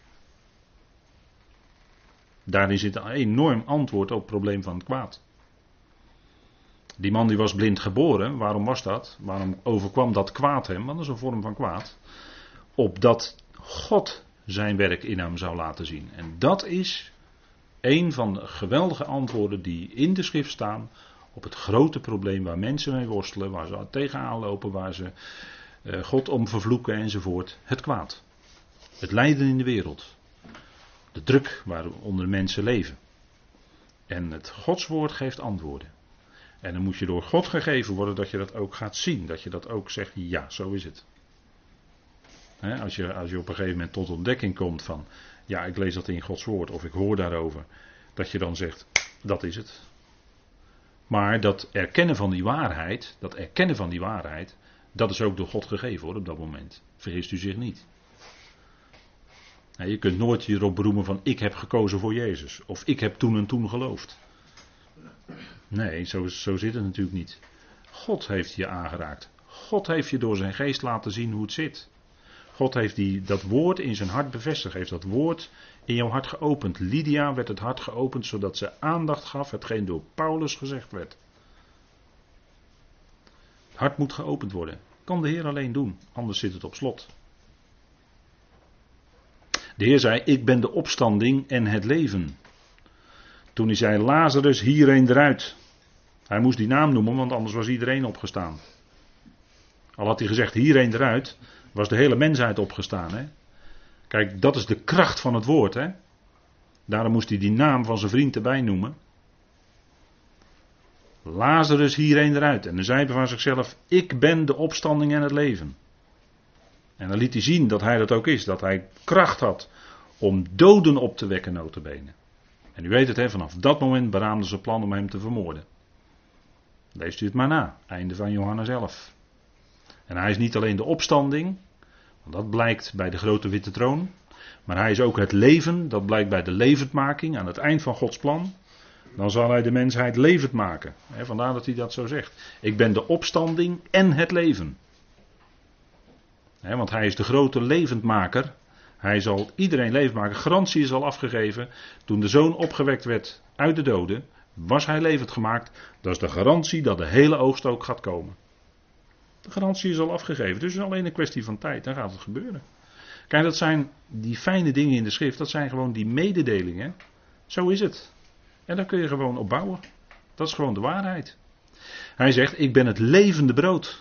Daarin zit een enorm antwoord op het probleem van het kwaad. Die man die was blind geboren, waarom was dat? Waarom overkwam dat kwaad hem? Want dat is een vorm van kwaad. Opdat God zijn werk in hem zou laten zien. En dat is een van de geweldige antwoorden die in de schrift staan op het grote probleem waar mensen mee worstelen, waar ze tegenaan lopen, waar ze God om vervloeken enzovoort. Het kwaad. Het lijden in de wereld. De druk waaronder mensen leven. En het Godswoord geeft antwoorden. En dan moet je door God gegeven worden dat je dat ook gaat zien. Dat je dat ook zegt, ja, zo is het. Als je op een gegeven moment tot ontdekking komt van, ja, ik lees dat in Gods woord of ik hoor daarover. Dat je dan zegt, dat is het. Maar dat erkennen van die waarheid, dat is ook door God gegeven hoor, op dat moment. Vergist u zich niet. Je kunt nooit je erop beroemen van, ik heb gekozen voor Jezus. Of ik heb toen en toen geloofd. Nee, zo zit het natuurlijk niet. God heeft je aangeraakt. God heeft je door zijn geest laten zien hoe het zit. God heeft dat woord in zijn hart bevestigd. Heeft dat woord in jouw hart geopend. Lydia werd het hart geopend zodat ze aandacht gaf. Hetgeen door Paulus gezegd werd. Het hart moet geopend worden. Kan de Heer alleen doen. Anders zit het op slot. De Heer zei, ik ben de opstanding en het leven. Toen hij zei, Lazarus hierheen eruit. Hij moest die naam noemen, want anders was iedereen opgestaan. Al had hij gezegd, hierheen eruit, was de hele mensheid opgestaan. Hè? Kijk, dat is de kracht van het woord. Hè? Daarom moest hij die naam van zijn vriend erbij noemen. Lazarus hierheen eruit. En dan zei hij van zichzelf, ik ben de opstanding en het leven. En dan liet hij zien dat hij dat ook is. Dat hij kracht had om doden op te wekken nota bene. En u weet het, hè, vanaf dat moment beraamden ze plan om hem te vermoorden. Leest u het maar na. Einde van Johannes 11. En hij is niet alleen de opstanding. Want dat blijkt bij de grote witte troon. Maar hij is ook het leven. Dat blijkt bij de levendmaking. Aan het eind van Gods plan. Dan zal hij de mensheid levend maken. Vandaar dat hij dat zo zegt. Ik ben de opstanding en het leven. Want hij is de grote levendmaker. Hij zal iedereen levend maken. Garantie is al afgegeven. Toen de zoon opgewekt werd uit de doden, was hij levend gemaakt. Dat is de garantie dat de hele oogst ook gaat komen. De garantie is al afgegeven. Dus het is alleen een kwestie van tijd. Dan gaat het gebeuren. Kijk, dat zijn die fijne dingen in de schrift. Dat zijn gewoon die mededelingen. Zo is het. En daar kun je gewoon op bouwen. Dat is gewoon de waarheid. Hij zegt, ik ben het levende brood.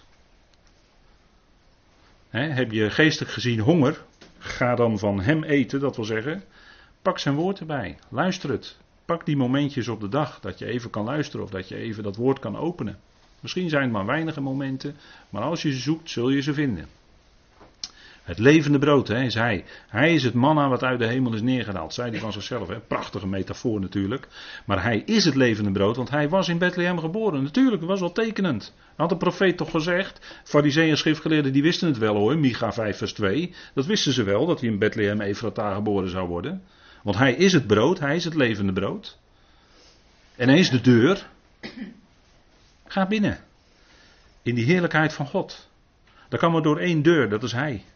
Heb je geestelijk gezien honger? Ga dan van hem eten, dat wil zeggen, pak zijn woord erbij. Luister het. Pak die momentjes op de dag dat je even kan luisteren of dat je even dat woord kan openen. Misschien zijn het maar weinige momenten, maar als je ze zoekt, zul je ze vinden. Het levende brood is hij. Hij is het manna wat uit de hemel is neergedaald, zei hij van zichzelf. Prachtige metafoor natuurlijk. Maar hij is het levende brood, want hij was in Bethlehem geboren. Natuurlijk, dat was wel tekenend. Had de profeet toch gezegd, Farizeeën en schriftgeleerden die wisten het wel hoor, Micha 5 vers 2. Dat wisten ze wel, dat hij in Bethlehem Efrata geboren zou worden. Want hij is het brood, hij is het levende brood. En hij is de deur. Ga binnen. In die heerlijkheid van God. Dat kan maar door één deur, dat is hij.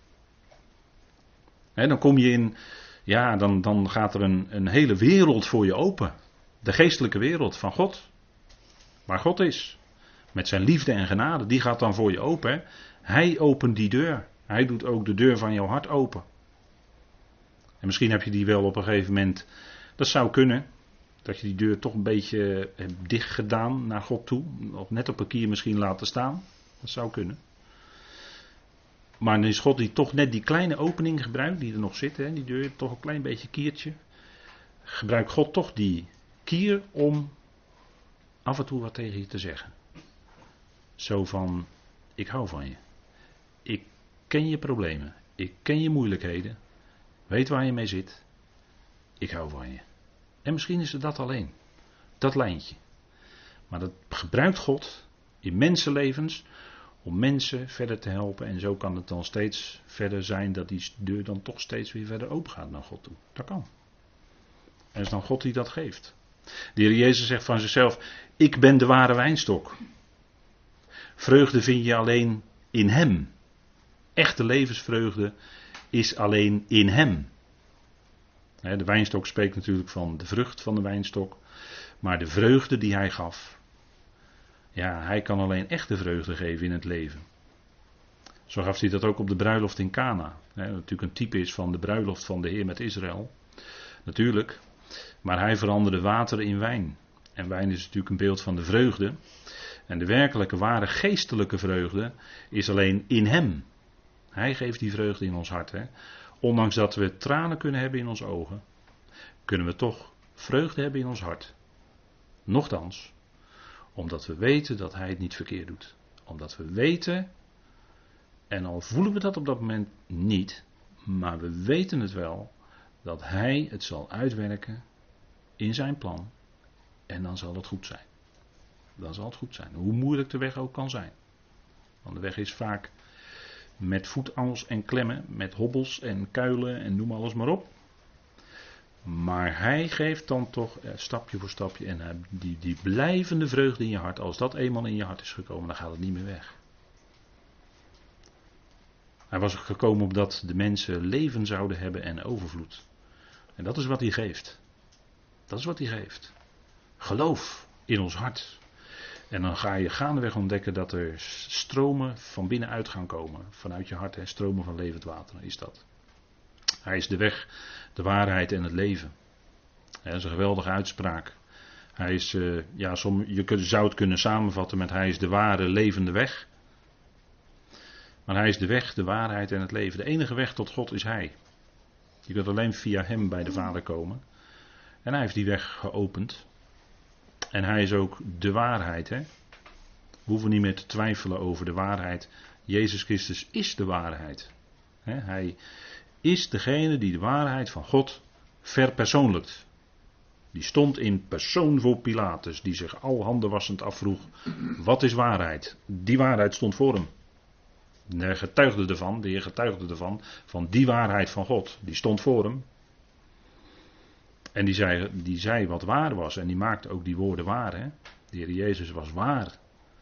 Dan kom je in, ja, dan gaat er een hele wereld voor je open. De geestelijke wereld van God. Waar God is. Met zijn liefde en genade, die gaat dan voor je open. Hij opent die deur. Hij doet ook de deur van jouw hart open. En misschien heb je die wel op een gegeven moment, dat zou kunnen. Dat je die deur toch een beetje hebt dicht gedaan naar God toe. Of net op een kier misschien laten staan. Dat zou kunnen. Maar dan is God die toch net die kleine opening gebruikt, die er nog zit, die deur, toch een klein beetje kiertje. Gebruikt God toch die kier om af en toe wat tegen je te zeggen. Zo van, ik hou van je. Ik ken je problemen. Ik ken je moeilijkheden. Weet waar je mee zit. Ik hou van je. En misschien is het dat alleen. Dat lijntje. Maar dat gebruikt God in mensenlevens om mensen verder te helpen. En zo kan het dan steeds verder zijn dat die deur dan toch steeds weer verder open gaat naar God toe. Dat kan. En het is dan God die dat geeft. De Heer Jezus zegt van zichzelf, ik ben de ware wijnstok. Vreugde vind je alleen in Hem. Echte levensvreugde is alleen in Hem. De wijnstok spreekt natuurlijk van de vrucht van de wijnstok. Maar de vreugde die Hij gaf. Ja, Hij kan alleen echte vreugde geven in het leven. Zo gaf Hij dat ook op de bruiloft in Kana. Dat natuurlijk een type is van de bruiloft van de Heer met Israël. Natuurlijk. Maar Hij veranderde water in wijn. En wijn is natuurlijk een beeld van de vreugde. En de werkelijke ware geestelijke vreugde is alleen in Hem. Hij geeft die vreugde in ons hart. Ondanks dat we tranen kunnen hebben in onze ogen, kunnen we toch vreugde hebben in ons hart. Nochtans, omdat we weten dat Hij het niet verkeerd doet. Omdat we weten, en al voelen we dat op dat moment niet, maar we weten het wel, dat Hij het zal uitwerken in zijn plan. En dan zal het goed zijn. Dan zal het goed zijn. Hoe moeilijk de weg ook kan zijn. Want de weg is vaak met voetangels en klemmen, met hobbels en kuilen en noem alles maar op. Maar Hij geeft dan toch stapje voor stapje en die blijvende vreugde in je hart, als dat eenmaal in je hart is gekomen, dan gaat het niet meer weg. Hij was gekomen opdat de mensen leven zouden hebben en overvloed. En dat is wat Hij geeft. Dat is wat Hij geeft. Geloof in ons hart. En dan ga je gaandeweg ontdekken dat er stromen van binnenuit gaan komen. Vanuit je hart, stromen van levend water is dat. Hij is de weg, de waarheid en het leven. Dat is een geweldige uitspraak. Hij is, je zou het kunnen samenvatten met hij is de ware levende weg. Maar hij is de weg, de waarheid en het leven. De enige weg tot God is Hij. Je kunt alleen via Hem bij de Vader komen. En Hij heeft die weg geopend. En Hij is ook de waarheid. We hoeven niet meer te twijfelen over de waarheid. Jezus Christus is de waarheid. Hij is degene die de waarheid van God verpersoonlijkt. Die stond in persoon voor Pilatus, die zich al handenwassend afvroeg, wat is waarheid? Die waarheid stond voor hem. De Heer getuigde ervan, van die waarheid van God, die stond voor hem. En die zei wat waar was en die maakte ook die woorden waar. De Heer Jezus was waar.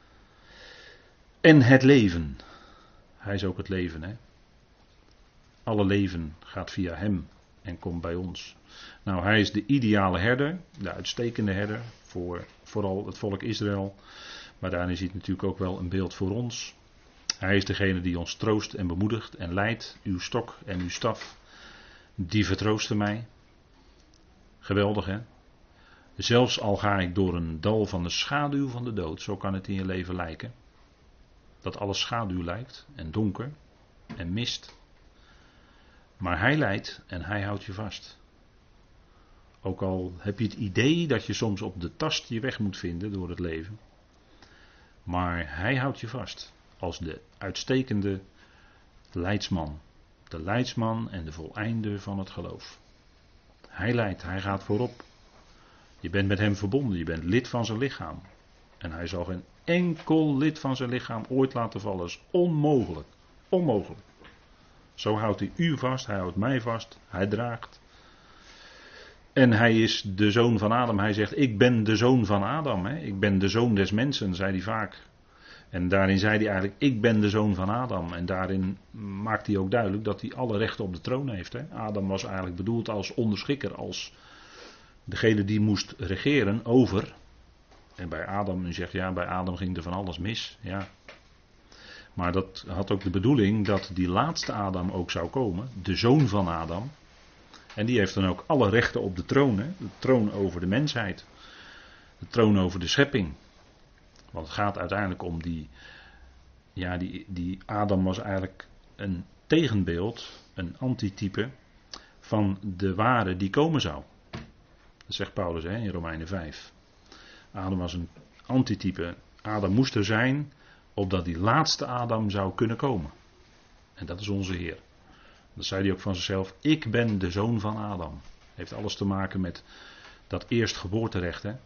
En het leven. Hij is ook het leven. Alle leven gaat via Hem en komt bij ons. Nou, Hij is de ideale herder, de uitstekende herder voor vooral het volk Israël. Maar daarin zit natuurlijk ook wel een beeld voor ons. Hij is degene die ons troost en bemoedigt en leidt. Uw stok en uw staf, die vertroosten mij. Geweldig, hè? Zelfs al ga ik door een dal van de schaduw van de dood, zo kan het in je leven lijken. Dat alles schaduw lijkt en donker en mist. Maar Hij leidt en Hij houdt je vast. Ook al heb je het idee dat je soms op de tast je weg moet vinden door het leven. Maar Hij houdt je vast. Als de uitstekende leidsman. De leidsman en de voleinder van het geloof. Hij leidt, Hij gaat voorop. Je bent met Hem verbonden, je bent lid van zijn lichaam. En Hij zal geen enkel lid van zijn lichaam ooit laten vallen. Dat is onmogelijk. Onmogelijk. Zo houdt Hij u vast, Hij houdt mij vast, Hij draagt. En Hij is de zoon van Adam. Hij zegt, ik ben de zoon van Adam. Ik ben de zoon des mensen, zei hij vaak. En daarin zei hij eigenlijk, ik ben de zoon van Adam. En daarin maakt hij ook duidelijk dat hij alle rechten op de troon heeft. Adam was eigenlijk bedoeld als onderschikker, als degene die moest regeren over. En bij Adam, u zegt ja, bij Adam ging er van alles mis. Ja. Maar dat had ook de bedoeling dat die laatste Adam ook zou komen, de zoon van Adam. En die heeft dan ook alle rechten op de troon. De troon over de mensheid. De troon over de schepping. Want het gaat uiteindelijk om die Adam was eigenlijk een tegenbeeld, een antitype van de ware die komen zou. Dat zegt Paulus in Romeinen 5. Adam was een antitype. Adam moest er zijn opdat die laatste Adam zou kunnen komen. En dat is onze Heer. Dat zei hij ook van zichzelf. Ik ben de zoon van Adam. Heeft alles te maken met dat eerstgeboorterecht.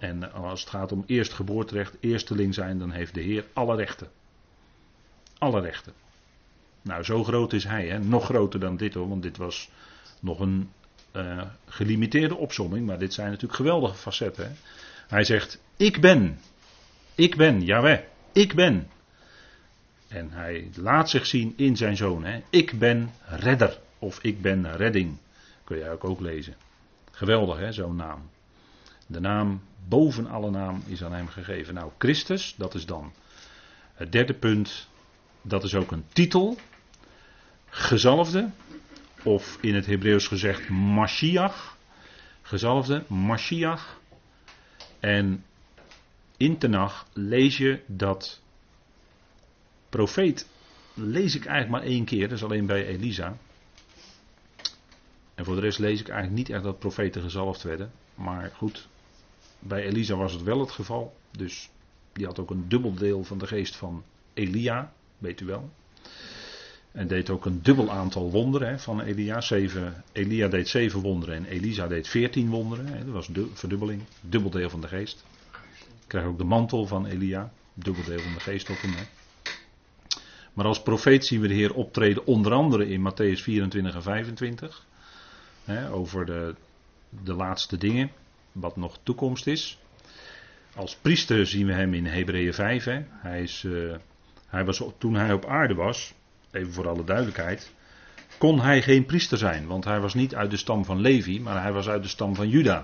En als het gaat om eerstgeboorterecht, eersteling zijn, dan heeft de Heer alle rechten. Alle rechten. Nou, zo groot is hij, hè? Nog groter dan dit hoor, want dit was nog een gelimiteerde opsomming, maar dit zijn natuurlijk geweldige facetten. Hè? Hij zegt, ik ben, Yahweh, ik ben. En hij laat zich zien in zijn zoon, hè? Ik ben redder, of ik ben redding. Kun je ook lezen. Geweldig hè, zo'n naam. De naam boven alle naam is aan hem gegeven. Nou, Christus, dat is dan het derde punt. Dat is ook een titel. Gezalfde. Of in het Hebreeuws gezegd Mashiach. Gezalfde, Mashiach. En in Tenach lees je dat profeet. Lees ik eigenlijk maar 1 keer. Dat is alleen bij Elisa. En voor de rest lees ik eigenlijk niet echt dat profeten gezalfd werden. Maar goed, bij Elisa was het wel het geval. Dus die had ook een dubbel deel van de geest van Elia, weet u wel. En deed ook een dubbel aantal wonderen hè, van Elia. Elia deed 7 wonderen en Elisa deed 14 wonderen. Hè, dat was de verdubbeling, dubbel deel van de geest. Krijg ook de mantel van Elia, dubbel deel van de geest op hem. Hè. Maar als profeet zien we de Heer optreden onder andere in Matthäus 24 en 25. Hè, over de laatste dingen, wat nog toekomst is. Als priester zien we hem in Hebreeën 5. Hè. Hij was, toen hij op aarde was, even voor alle duidelijkheid, kon hij geen priester zijn. Want hij was niet uit de stam van Levi, maar hij was uit de stam van Juda.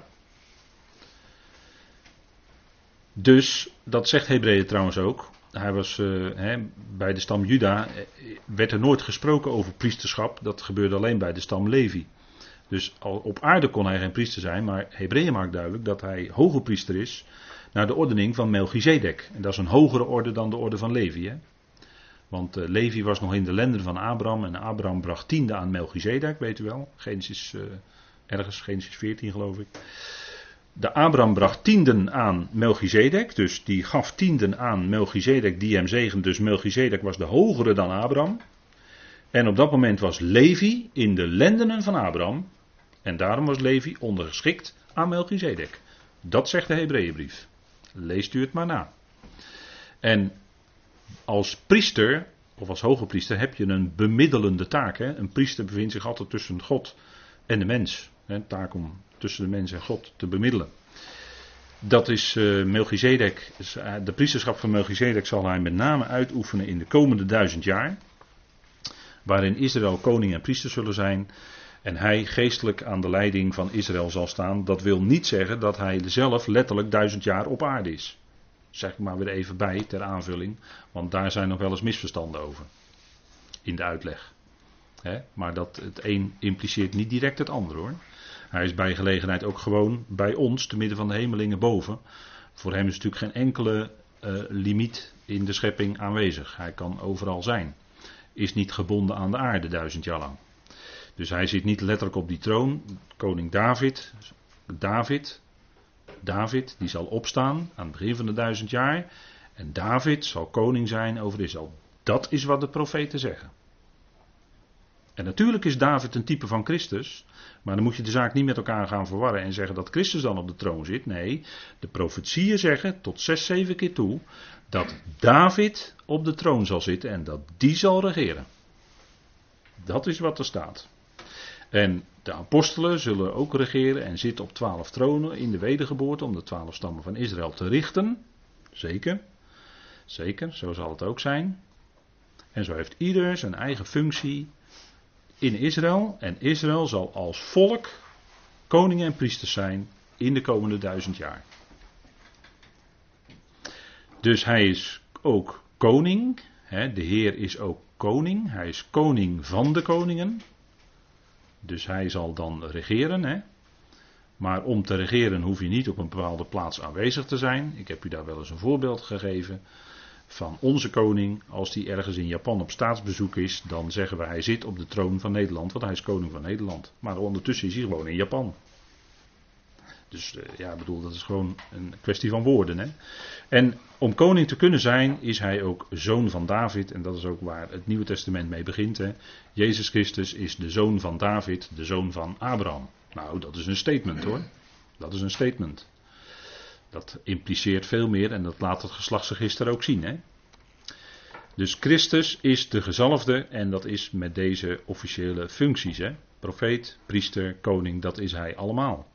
Dus, dat zegt Hebreeën trouwens ook. Hij was, bij de stam Juda werd er nooit gesproken over priesterschap. Dat gebeurde alleen bij de stam Levi. Dus op aarde kon hij geen priester zijn, maar Hebreeën maakt duidelijk dat hij hoge priester is naar de ordening van Melchizedek. En dat is een hogere orde dan de orde van Levi. Hè? Want Levi was nog in de lenden van Abraham en Abraham bracht tiende aan Melchizedek, weet u wel. Genesis 14 geloof ik. De Abraham bracht tienden aan Melchizedek, dus die gaf tienden aan Melchizedek die hem zegende. Dus Melchizedek was de hogere dan Abraham. En op dat moment was Levi in de lendenen van Abraham. En daarom was Levi ondergeschikt aan Melchizedek. Dat zegt de Hebreeënbrief. Leest u het maar na. En als priester, of als hoge priester, heb je een bemiddelende taak. Hè? Een priester bevindt zich altijd tussen God en de mens. Een taak om tussen de mens en God te bemiddelen. Dat is Melchizedek. De priesterschap van Melchizedek zal hij met name uitoefenen in de komende 1000 jaar. Waarin Israël koning en priester zullen zijn. En hij geestelijk aan de leiding van Israël zal staan. Dat wil niet zeggen dat hij zelf letterlijk 1000 jaar op aarde is. Zeg ik maar weer even bij ter aanvulling. Want daar zijn nog wel eens misverstanden over. In de uitleg. Maar het een impliceert niet direct het ander hoor. Hij is bij gelegenheid ook gewoon bij ons, te midden van de hemelingen boven. Voor hem is natuurlijk geen enkele limiet in de schepping aanwezig. Hij kan overal zijn. Is niet gebonden aan de aarde 1000 jaar lang. Dus hij zit niet letterlijk op die troon. Koning David, die zal opstaan aan het begin van de 1000 jaar. En David zal koning zijn over Israël. Dat is wat de profeten zeggen. En natuurlijk is David een type van Christus. Maar dan moet je de zaak niet met elkaar gaan verwarren en zeggen dat Christus dan op de troon zit. Nee, de profetieën zeggen tot 6, 7 keer toe dat David op de troon zal zitten en dat die zal regeren. Dat is wat er staat. En de apostelen zullen ook regeren en zitten op 12 tronen in de wedergeboorte om de 12 stammen van Israël te richten. Zeker, zo zal het ook zijn. En zo heeft ieder zijn eigen functie in Israël. En Israël zal als volk koningen en priesters zijn in de komende 1000 jaar. Dus hij is ook koning. De Heer is ook koning. Hij is koning van de koningen. Dus hij zal dan regeren. Maar om te regeren hoef je niet op een bepaalde plaats aanwezig te zijn. Ik heb u daar wel eens een voorbeeld gegeven van onze koning. Als die ergens in Japan op staatsbezoek is, dan zeggen we hij zit op de troon van Nederland, want hij is koning van Nederland. Maar ondertussen is hij gewoon in Japan. Dus dat is gewoon een kwestie van woorden. Hè? En om koning te kunnen zijn, is hij ook zoon van David. En dat is ook waar het Nieuwe Testament mee begint. Hè? Jezus Christus is de zoon van David, de zoon van Abraham. Nou, dat is een statement hoor. Dat is een statement. Dat impliceert veel meer en dat laat het geslachtsregister ook zien. Hè? Dus Christus is de gezalfde en dat is met deze officiële functies. Hè? Profeet, priester, koning, dat is hij allemaal.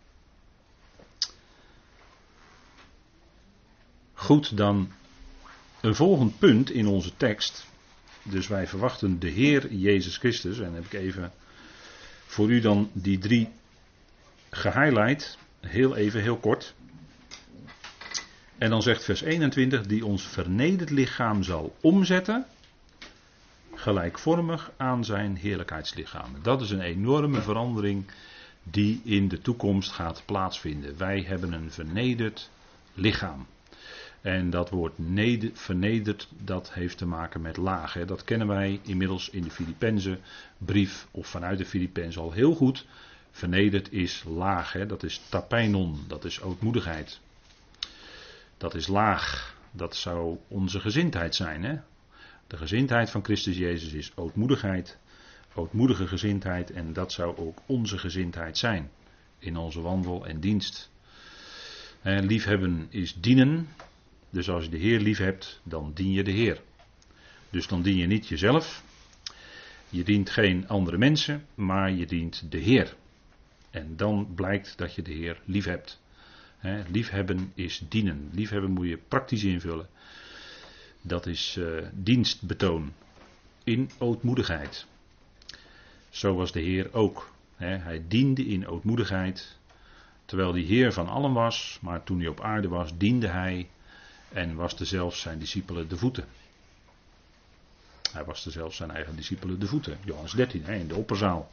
Goed, dan een volgend punt in onze tekst. Dus wij verwachten de Heer Jezus Christus. En dan heb ik even voor u dan die 3 gehighlight. Heel kort. En dan zegt vers 21, die ons vernederd lichaam zal omzetten, gelijkvormig aan zijn heerlijkheidslichaam. Dat is een enorme verandering die in de toekomst gaat plaatsvinden. Wij hebben een vernederd lichaam. En dat woord vernederd, dat heeft te maken met laag. Hè. Dat kennen wij inmiddels in de Filippenzen brief of vanuit de Filippenzen al heel goed. Vernederd is laag, hè. Dat is tapeinon, dat is ootmoedigheid. Dat is laag, dat zou onze gezindheid zijn. Hè? De gezindheid van Christus Jezus is ootmoedigheid, ootmoedige gezindheid en dat zou ook onze gezindheid zijn in onze wandel en dienst. Liefhebben is dienen, dus als je de Heer lief hebt, dan dien je de Heer. Dus dan dien je niet jezelf, je dient geen andere mensen, maar je dient de Heer. En dan blijkt dat je de Heer lief hebt. Liefhebben is dienen. Liefhebben moet je praktisch invullen. Dat is dienstbetoon. In ootmoedigheid. Zo was de Heer ook. Hij diende in ootmoedigheid. Terwijl hij Heer van allen was. Maar toen hij op aarde was, diende hij. En waste zelfs zijn discipelen de voeten. Hij waste zelfs zijn eigen discipelen de voeten. Johannes 13 in de opperzaal.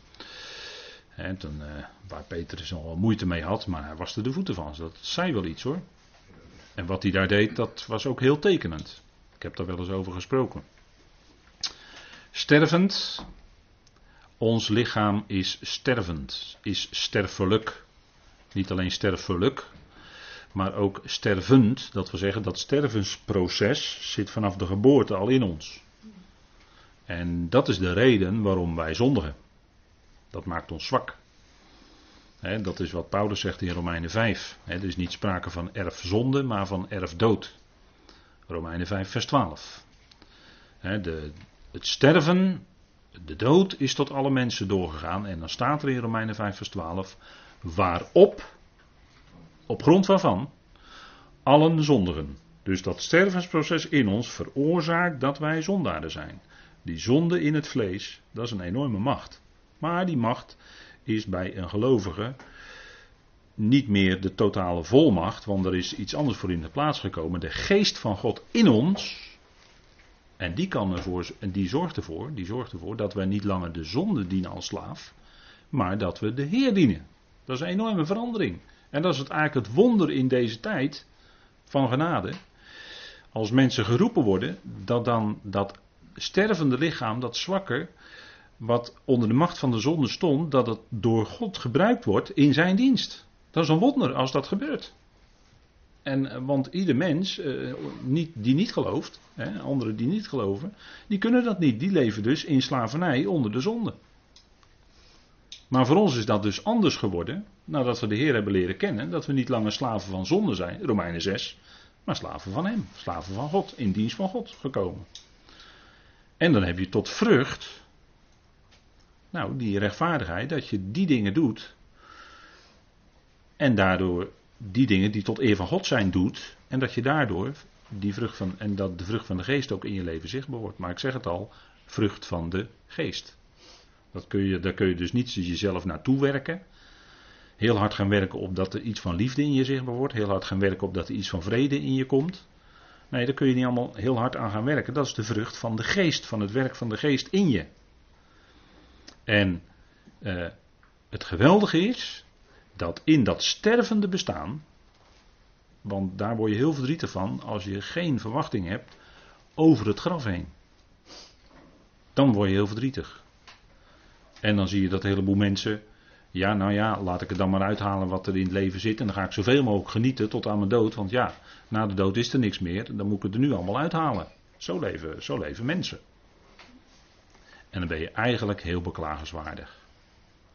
Waar Petrus al moeite mee had, maar hij waste de voeten van ze. Dat zei wel iets hoor. En wat hij daar deed, dat was ook heel tekenend. Ik heb daar wel eens over gesproken. Stervend. Ons lichaam is stervend. Is sterfelijk. Niet alleen sterfelijk, maar ook stervend. Dat wil zeggen, dat stervensproces zit vanaf de geboorte al in ons. En dat is de reden waarom wij zondigen. Dat maakt ons zwak. Dat is wat Paulus zegt in Romeinen 5. Er is niet sprake van erfzonde, maar van erfdood. Romeinen 5 vers 12. Het sterven, de dood is tot alle mensen doorgegaan. En dan staat er in Romeinen 5 vers 12. Waarop, op grond waarvan, allen zondigen. Dus dat stervensproces in ons veroorzaakt dat wij zondaren zijn. Die zonde in het vlees, dat is een enorme macht. Maar die macht is bij een gelovige niet meer de totale volmacht, want er is iets anders voor in de plaats gekomen. De geest van God in ons, en die zorgt ervoor dat wij niet langer de zonde dienen als slaaf, maar dat we de Heer dienen. Dat is een enorme verandering. En dat is eigenlijk het wonder in deze tijd van genade. Als mensen geroepen worden, dat dan dat stervende lichaam, dat zwakker, wat onder de macht van de zonde stond, dat het door God gebruikt wordt in zijn dienst. Dat is een wonder als dat gebeurt. Want ieder mens die niet gelooft, anderen die niet geloven, die kunnen dat niet. Die leven dus in slavernij onder de zonde. Maar voor ons is dat dus anders geworden, nadat we de Heer hebben leren kennen, dat we niet langer slaven van zonde zijn, Romeinen 6, maar slaven van Hem, slaven van God, in dienst van God gekomen. En dan heb je tot vrucht, die rechtvaardigheid, dat je die dingen doet, en daardoor die dingen die tot eer van God zijn doet, en dat je daardoor dat de vrucht van de geest ook in je leven zichtbaar wordt. Maar ik zeg het al, vrucht van de geest. Daar kun je dus niet jezelf naartoe werken. Heel hard gaan werken op dat er iets van liefde in je zichtbaar wordt. Heel hard gaan werken op dat er iets van vrede in je komt. Nee, daar kun je niet allemaal heel hard aan gaan werken. Dat is de vrucht van de geest, van het werk van de geest in je. En het geweldige is dat in dat stervende bestaan, want daar word je heel verdrietig van als je geen verwachting hebt over het graf heen. Dan word je heel verdrietig. En dan zie je dat een heleboel mensen, laat ik het dan maar uithalen wat er in het leven zit en dan ga ik zoveel mogelijk genieten tot aan mijn dood, want na de dood is er niks meer, dan moet ik het er nu allemaal uithalen. Zo leven mensen. En dan ben je eigenlijk heel beklagenswaardig.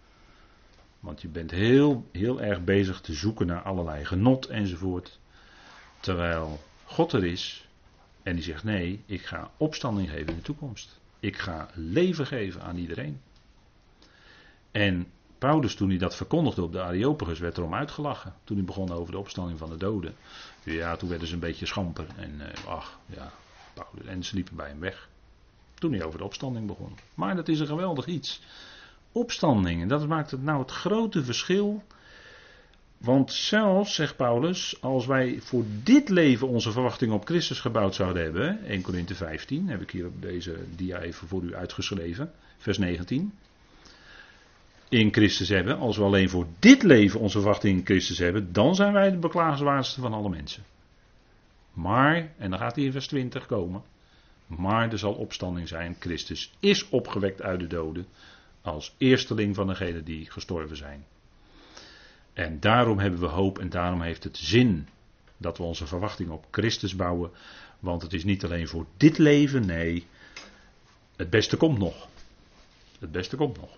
Want je bent heel, heel erg bezig te zoeken naar allerlei genot enzovoort. Terwijl God er is en die zegt nee, ik ga opstanding geven in de toekomst. Ik ga leven geven aan iedereen. En Paulus, toen hij dat verkondigde op de Areopagus, werd erom uitgelachen. Toen hij begon over de opstanding van de doden. Ja, toen werden ze een beetje schamper. En Paulus, en ze liepen bij hem weg. Toen hij over de opstanding begon. Maar dat is een geweldig iets. Opstanding, en dat maakt het nou het grote verschil. Want zelfs, zegt Paulus, als wij voor dit leven onze verwachting op Christus gebouwd zouden hebben. 1 Korinthe 15, heb ik hier op deze dia even voor u uitgeschreven. Vers 19. In Christus hebben, als we alleen voor dit leven onze verwachting in Christus hebben, dan zijn wij de beklagenswaardigste van alle mensen. Maar, en dan gaat hij in vers 20 komen, maar er zal opstanding zijn. Christus is opgewekt uit de doden als eersteling van degenen die gestorven zijn. En daarom hebben we hoop en daarom heeft het zin dat we onze verwachting op Christus bouwen. Want het is niet alleen voor dit leven, nee, het beste komt nog. Het beste komt nog.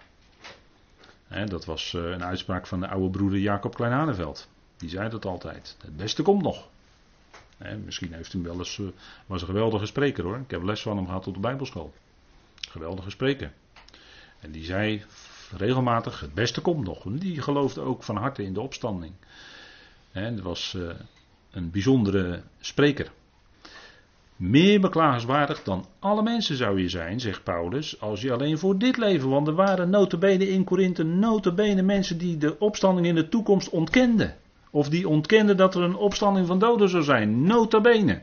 Dat was een uitspraak van de oude broeder Jacob Klein-Haneveld. Die zei dat altijd. Het beste komt nog. Misschien heeft u wel eens, was een geweldige spreker hoor. Ik heb les van hem gehad op de Bijbelschool. Geweldige spreker. En die zei regelmatig, het beste komt nog. En die geloofde ook van harte in de opstanding. Dat was een bijzondere spreker. Meer beklagenswaardig dan alle mensen zou je zijn, zegt Paulus, als je alleen voor dit leven. Want er waren nota bene in Korinthe, nota bene mensen die de opstanding in de toekomst ontkenden. Of die ontkenden dat er een opstanding van doden zou zijn, nota bene.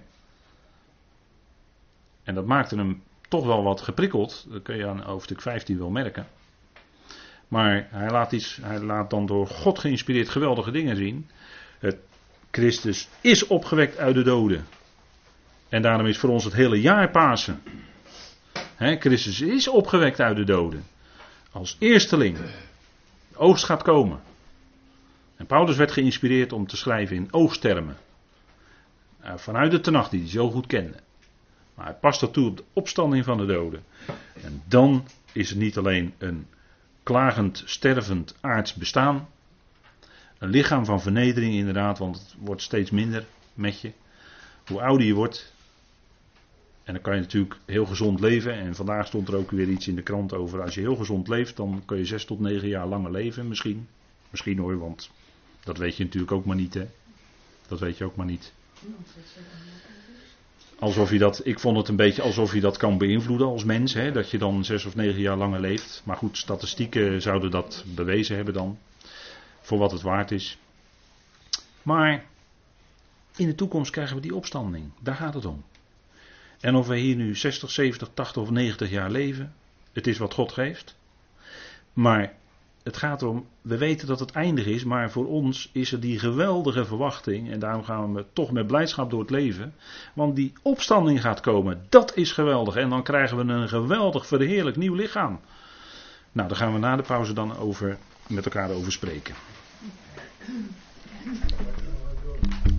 En dat maakte hem toch wel wat geprikkeld, dat kun je aan hoofdstuk 15 wel merken. Maar hij laat dan door God geïnspireerd geweldige dingen zien. Christus is opgewekt uit de doden. En daarom is voor ons het hele jaar Pasen. Christus is opgewekt uit de doden. Als eersteling. De oogst gaat komen. En Paulus werd geïnspireerd om te schrijven in oogsttermen. Vanuit de Tenach die hij zo goed kende. Maar hij past dat toe op de opstanding van de doden. En dan is het niet alleen een klagend, stervend aards bestaan. Een lichaam van vernedering inderdaad, want het wordt steeds minder met je. Hoe ouder je wordt. En dan kan je natuurlijk heel gezond leven. En vandaag stond er ook weer iets in de krant over. Als je heel gezond leeft, dan kun je 6 tot 9 jaar langer leven misschien. Misschien hoor, want dat weet je natuurlijk ook maar niet. Hè? Dat weet je ook maar niet. Alsof je dat, ik vond het een beetje alsof je dat kan beïnvloeden als mens. Hè? Dat je dan 6 of 9 jaar langer leeft. Maar goed, statistieken zouden dat bewezen hebben dan. Voor wat het waard is. Maar in de toekomst krijgen we die opstanding. Daar gaat het om. En of we hier nu 60, 70, 80 of 90 jaar leven. Het is wat God geeft. Maar het gaat erom, we weten dat het eindig is. Maar voor ons is er die geweldige verwachting. En daarom gaan we toch met blijdschap door het leven. Want die opstanding gaat komen. Dat is geweldig. En dan krijgen we een geweldig verheerlijk nieuw lichaam. Nou, daar gaan we na de pauze dan met elkaar over spreken.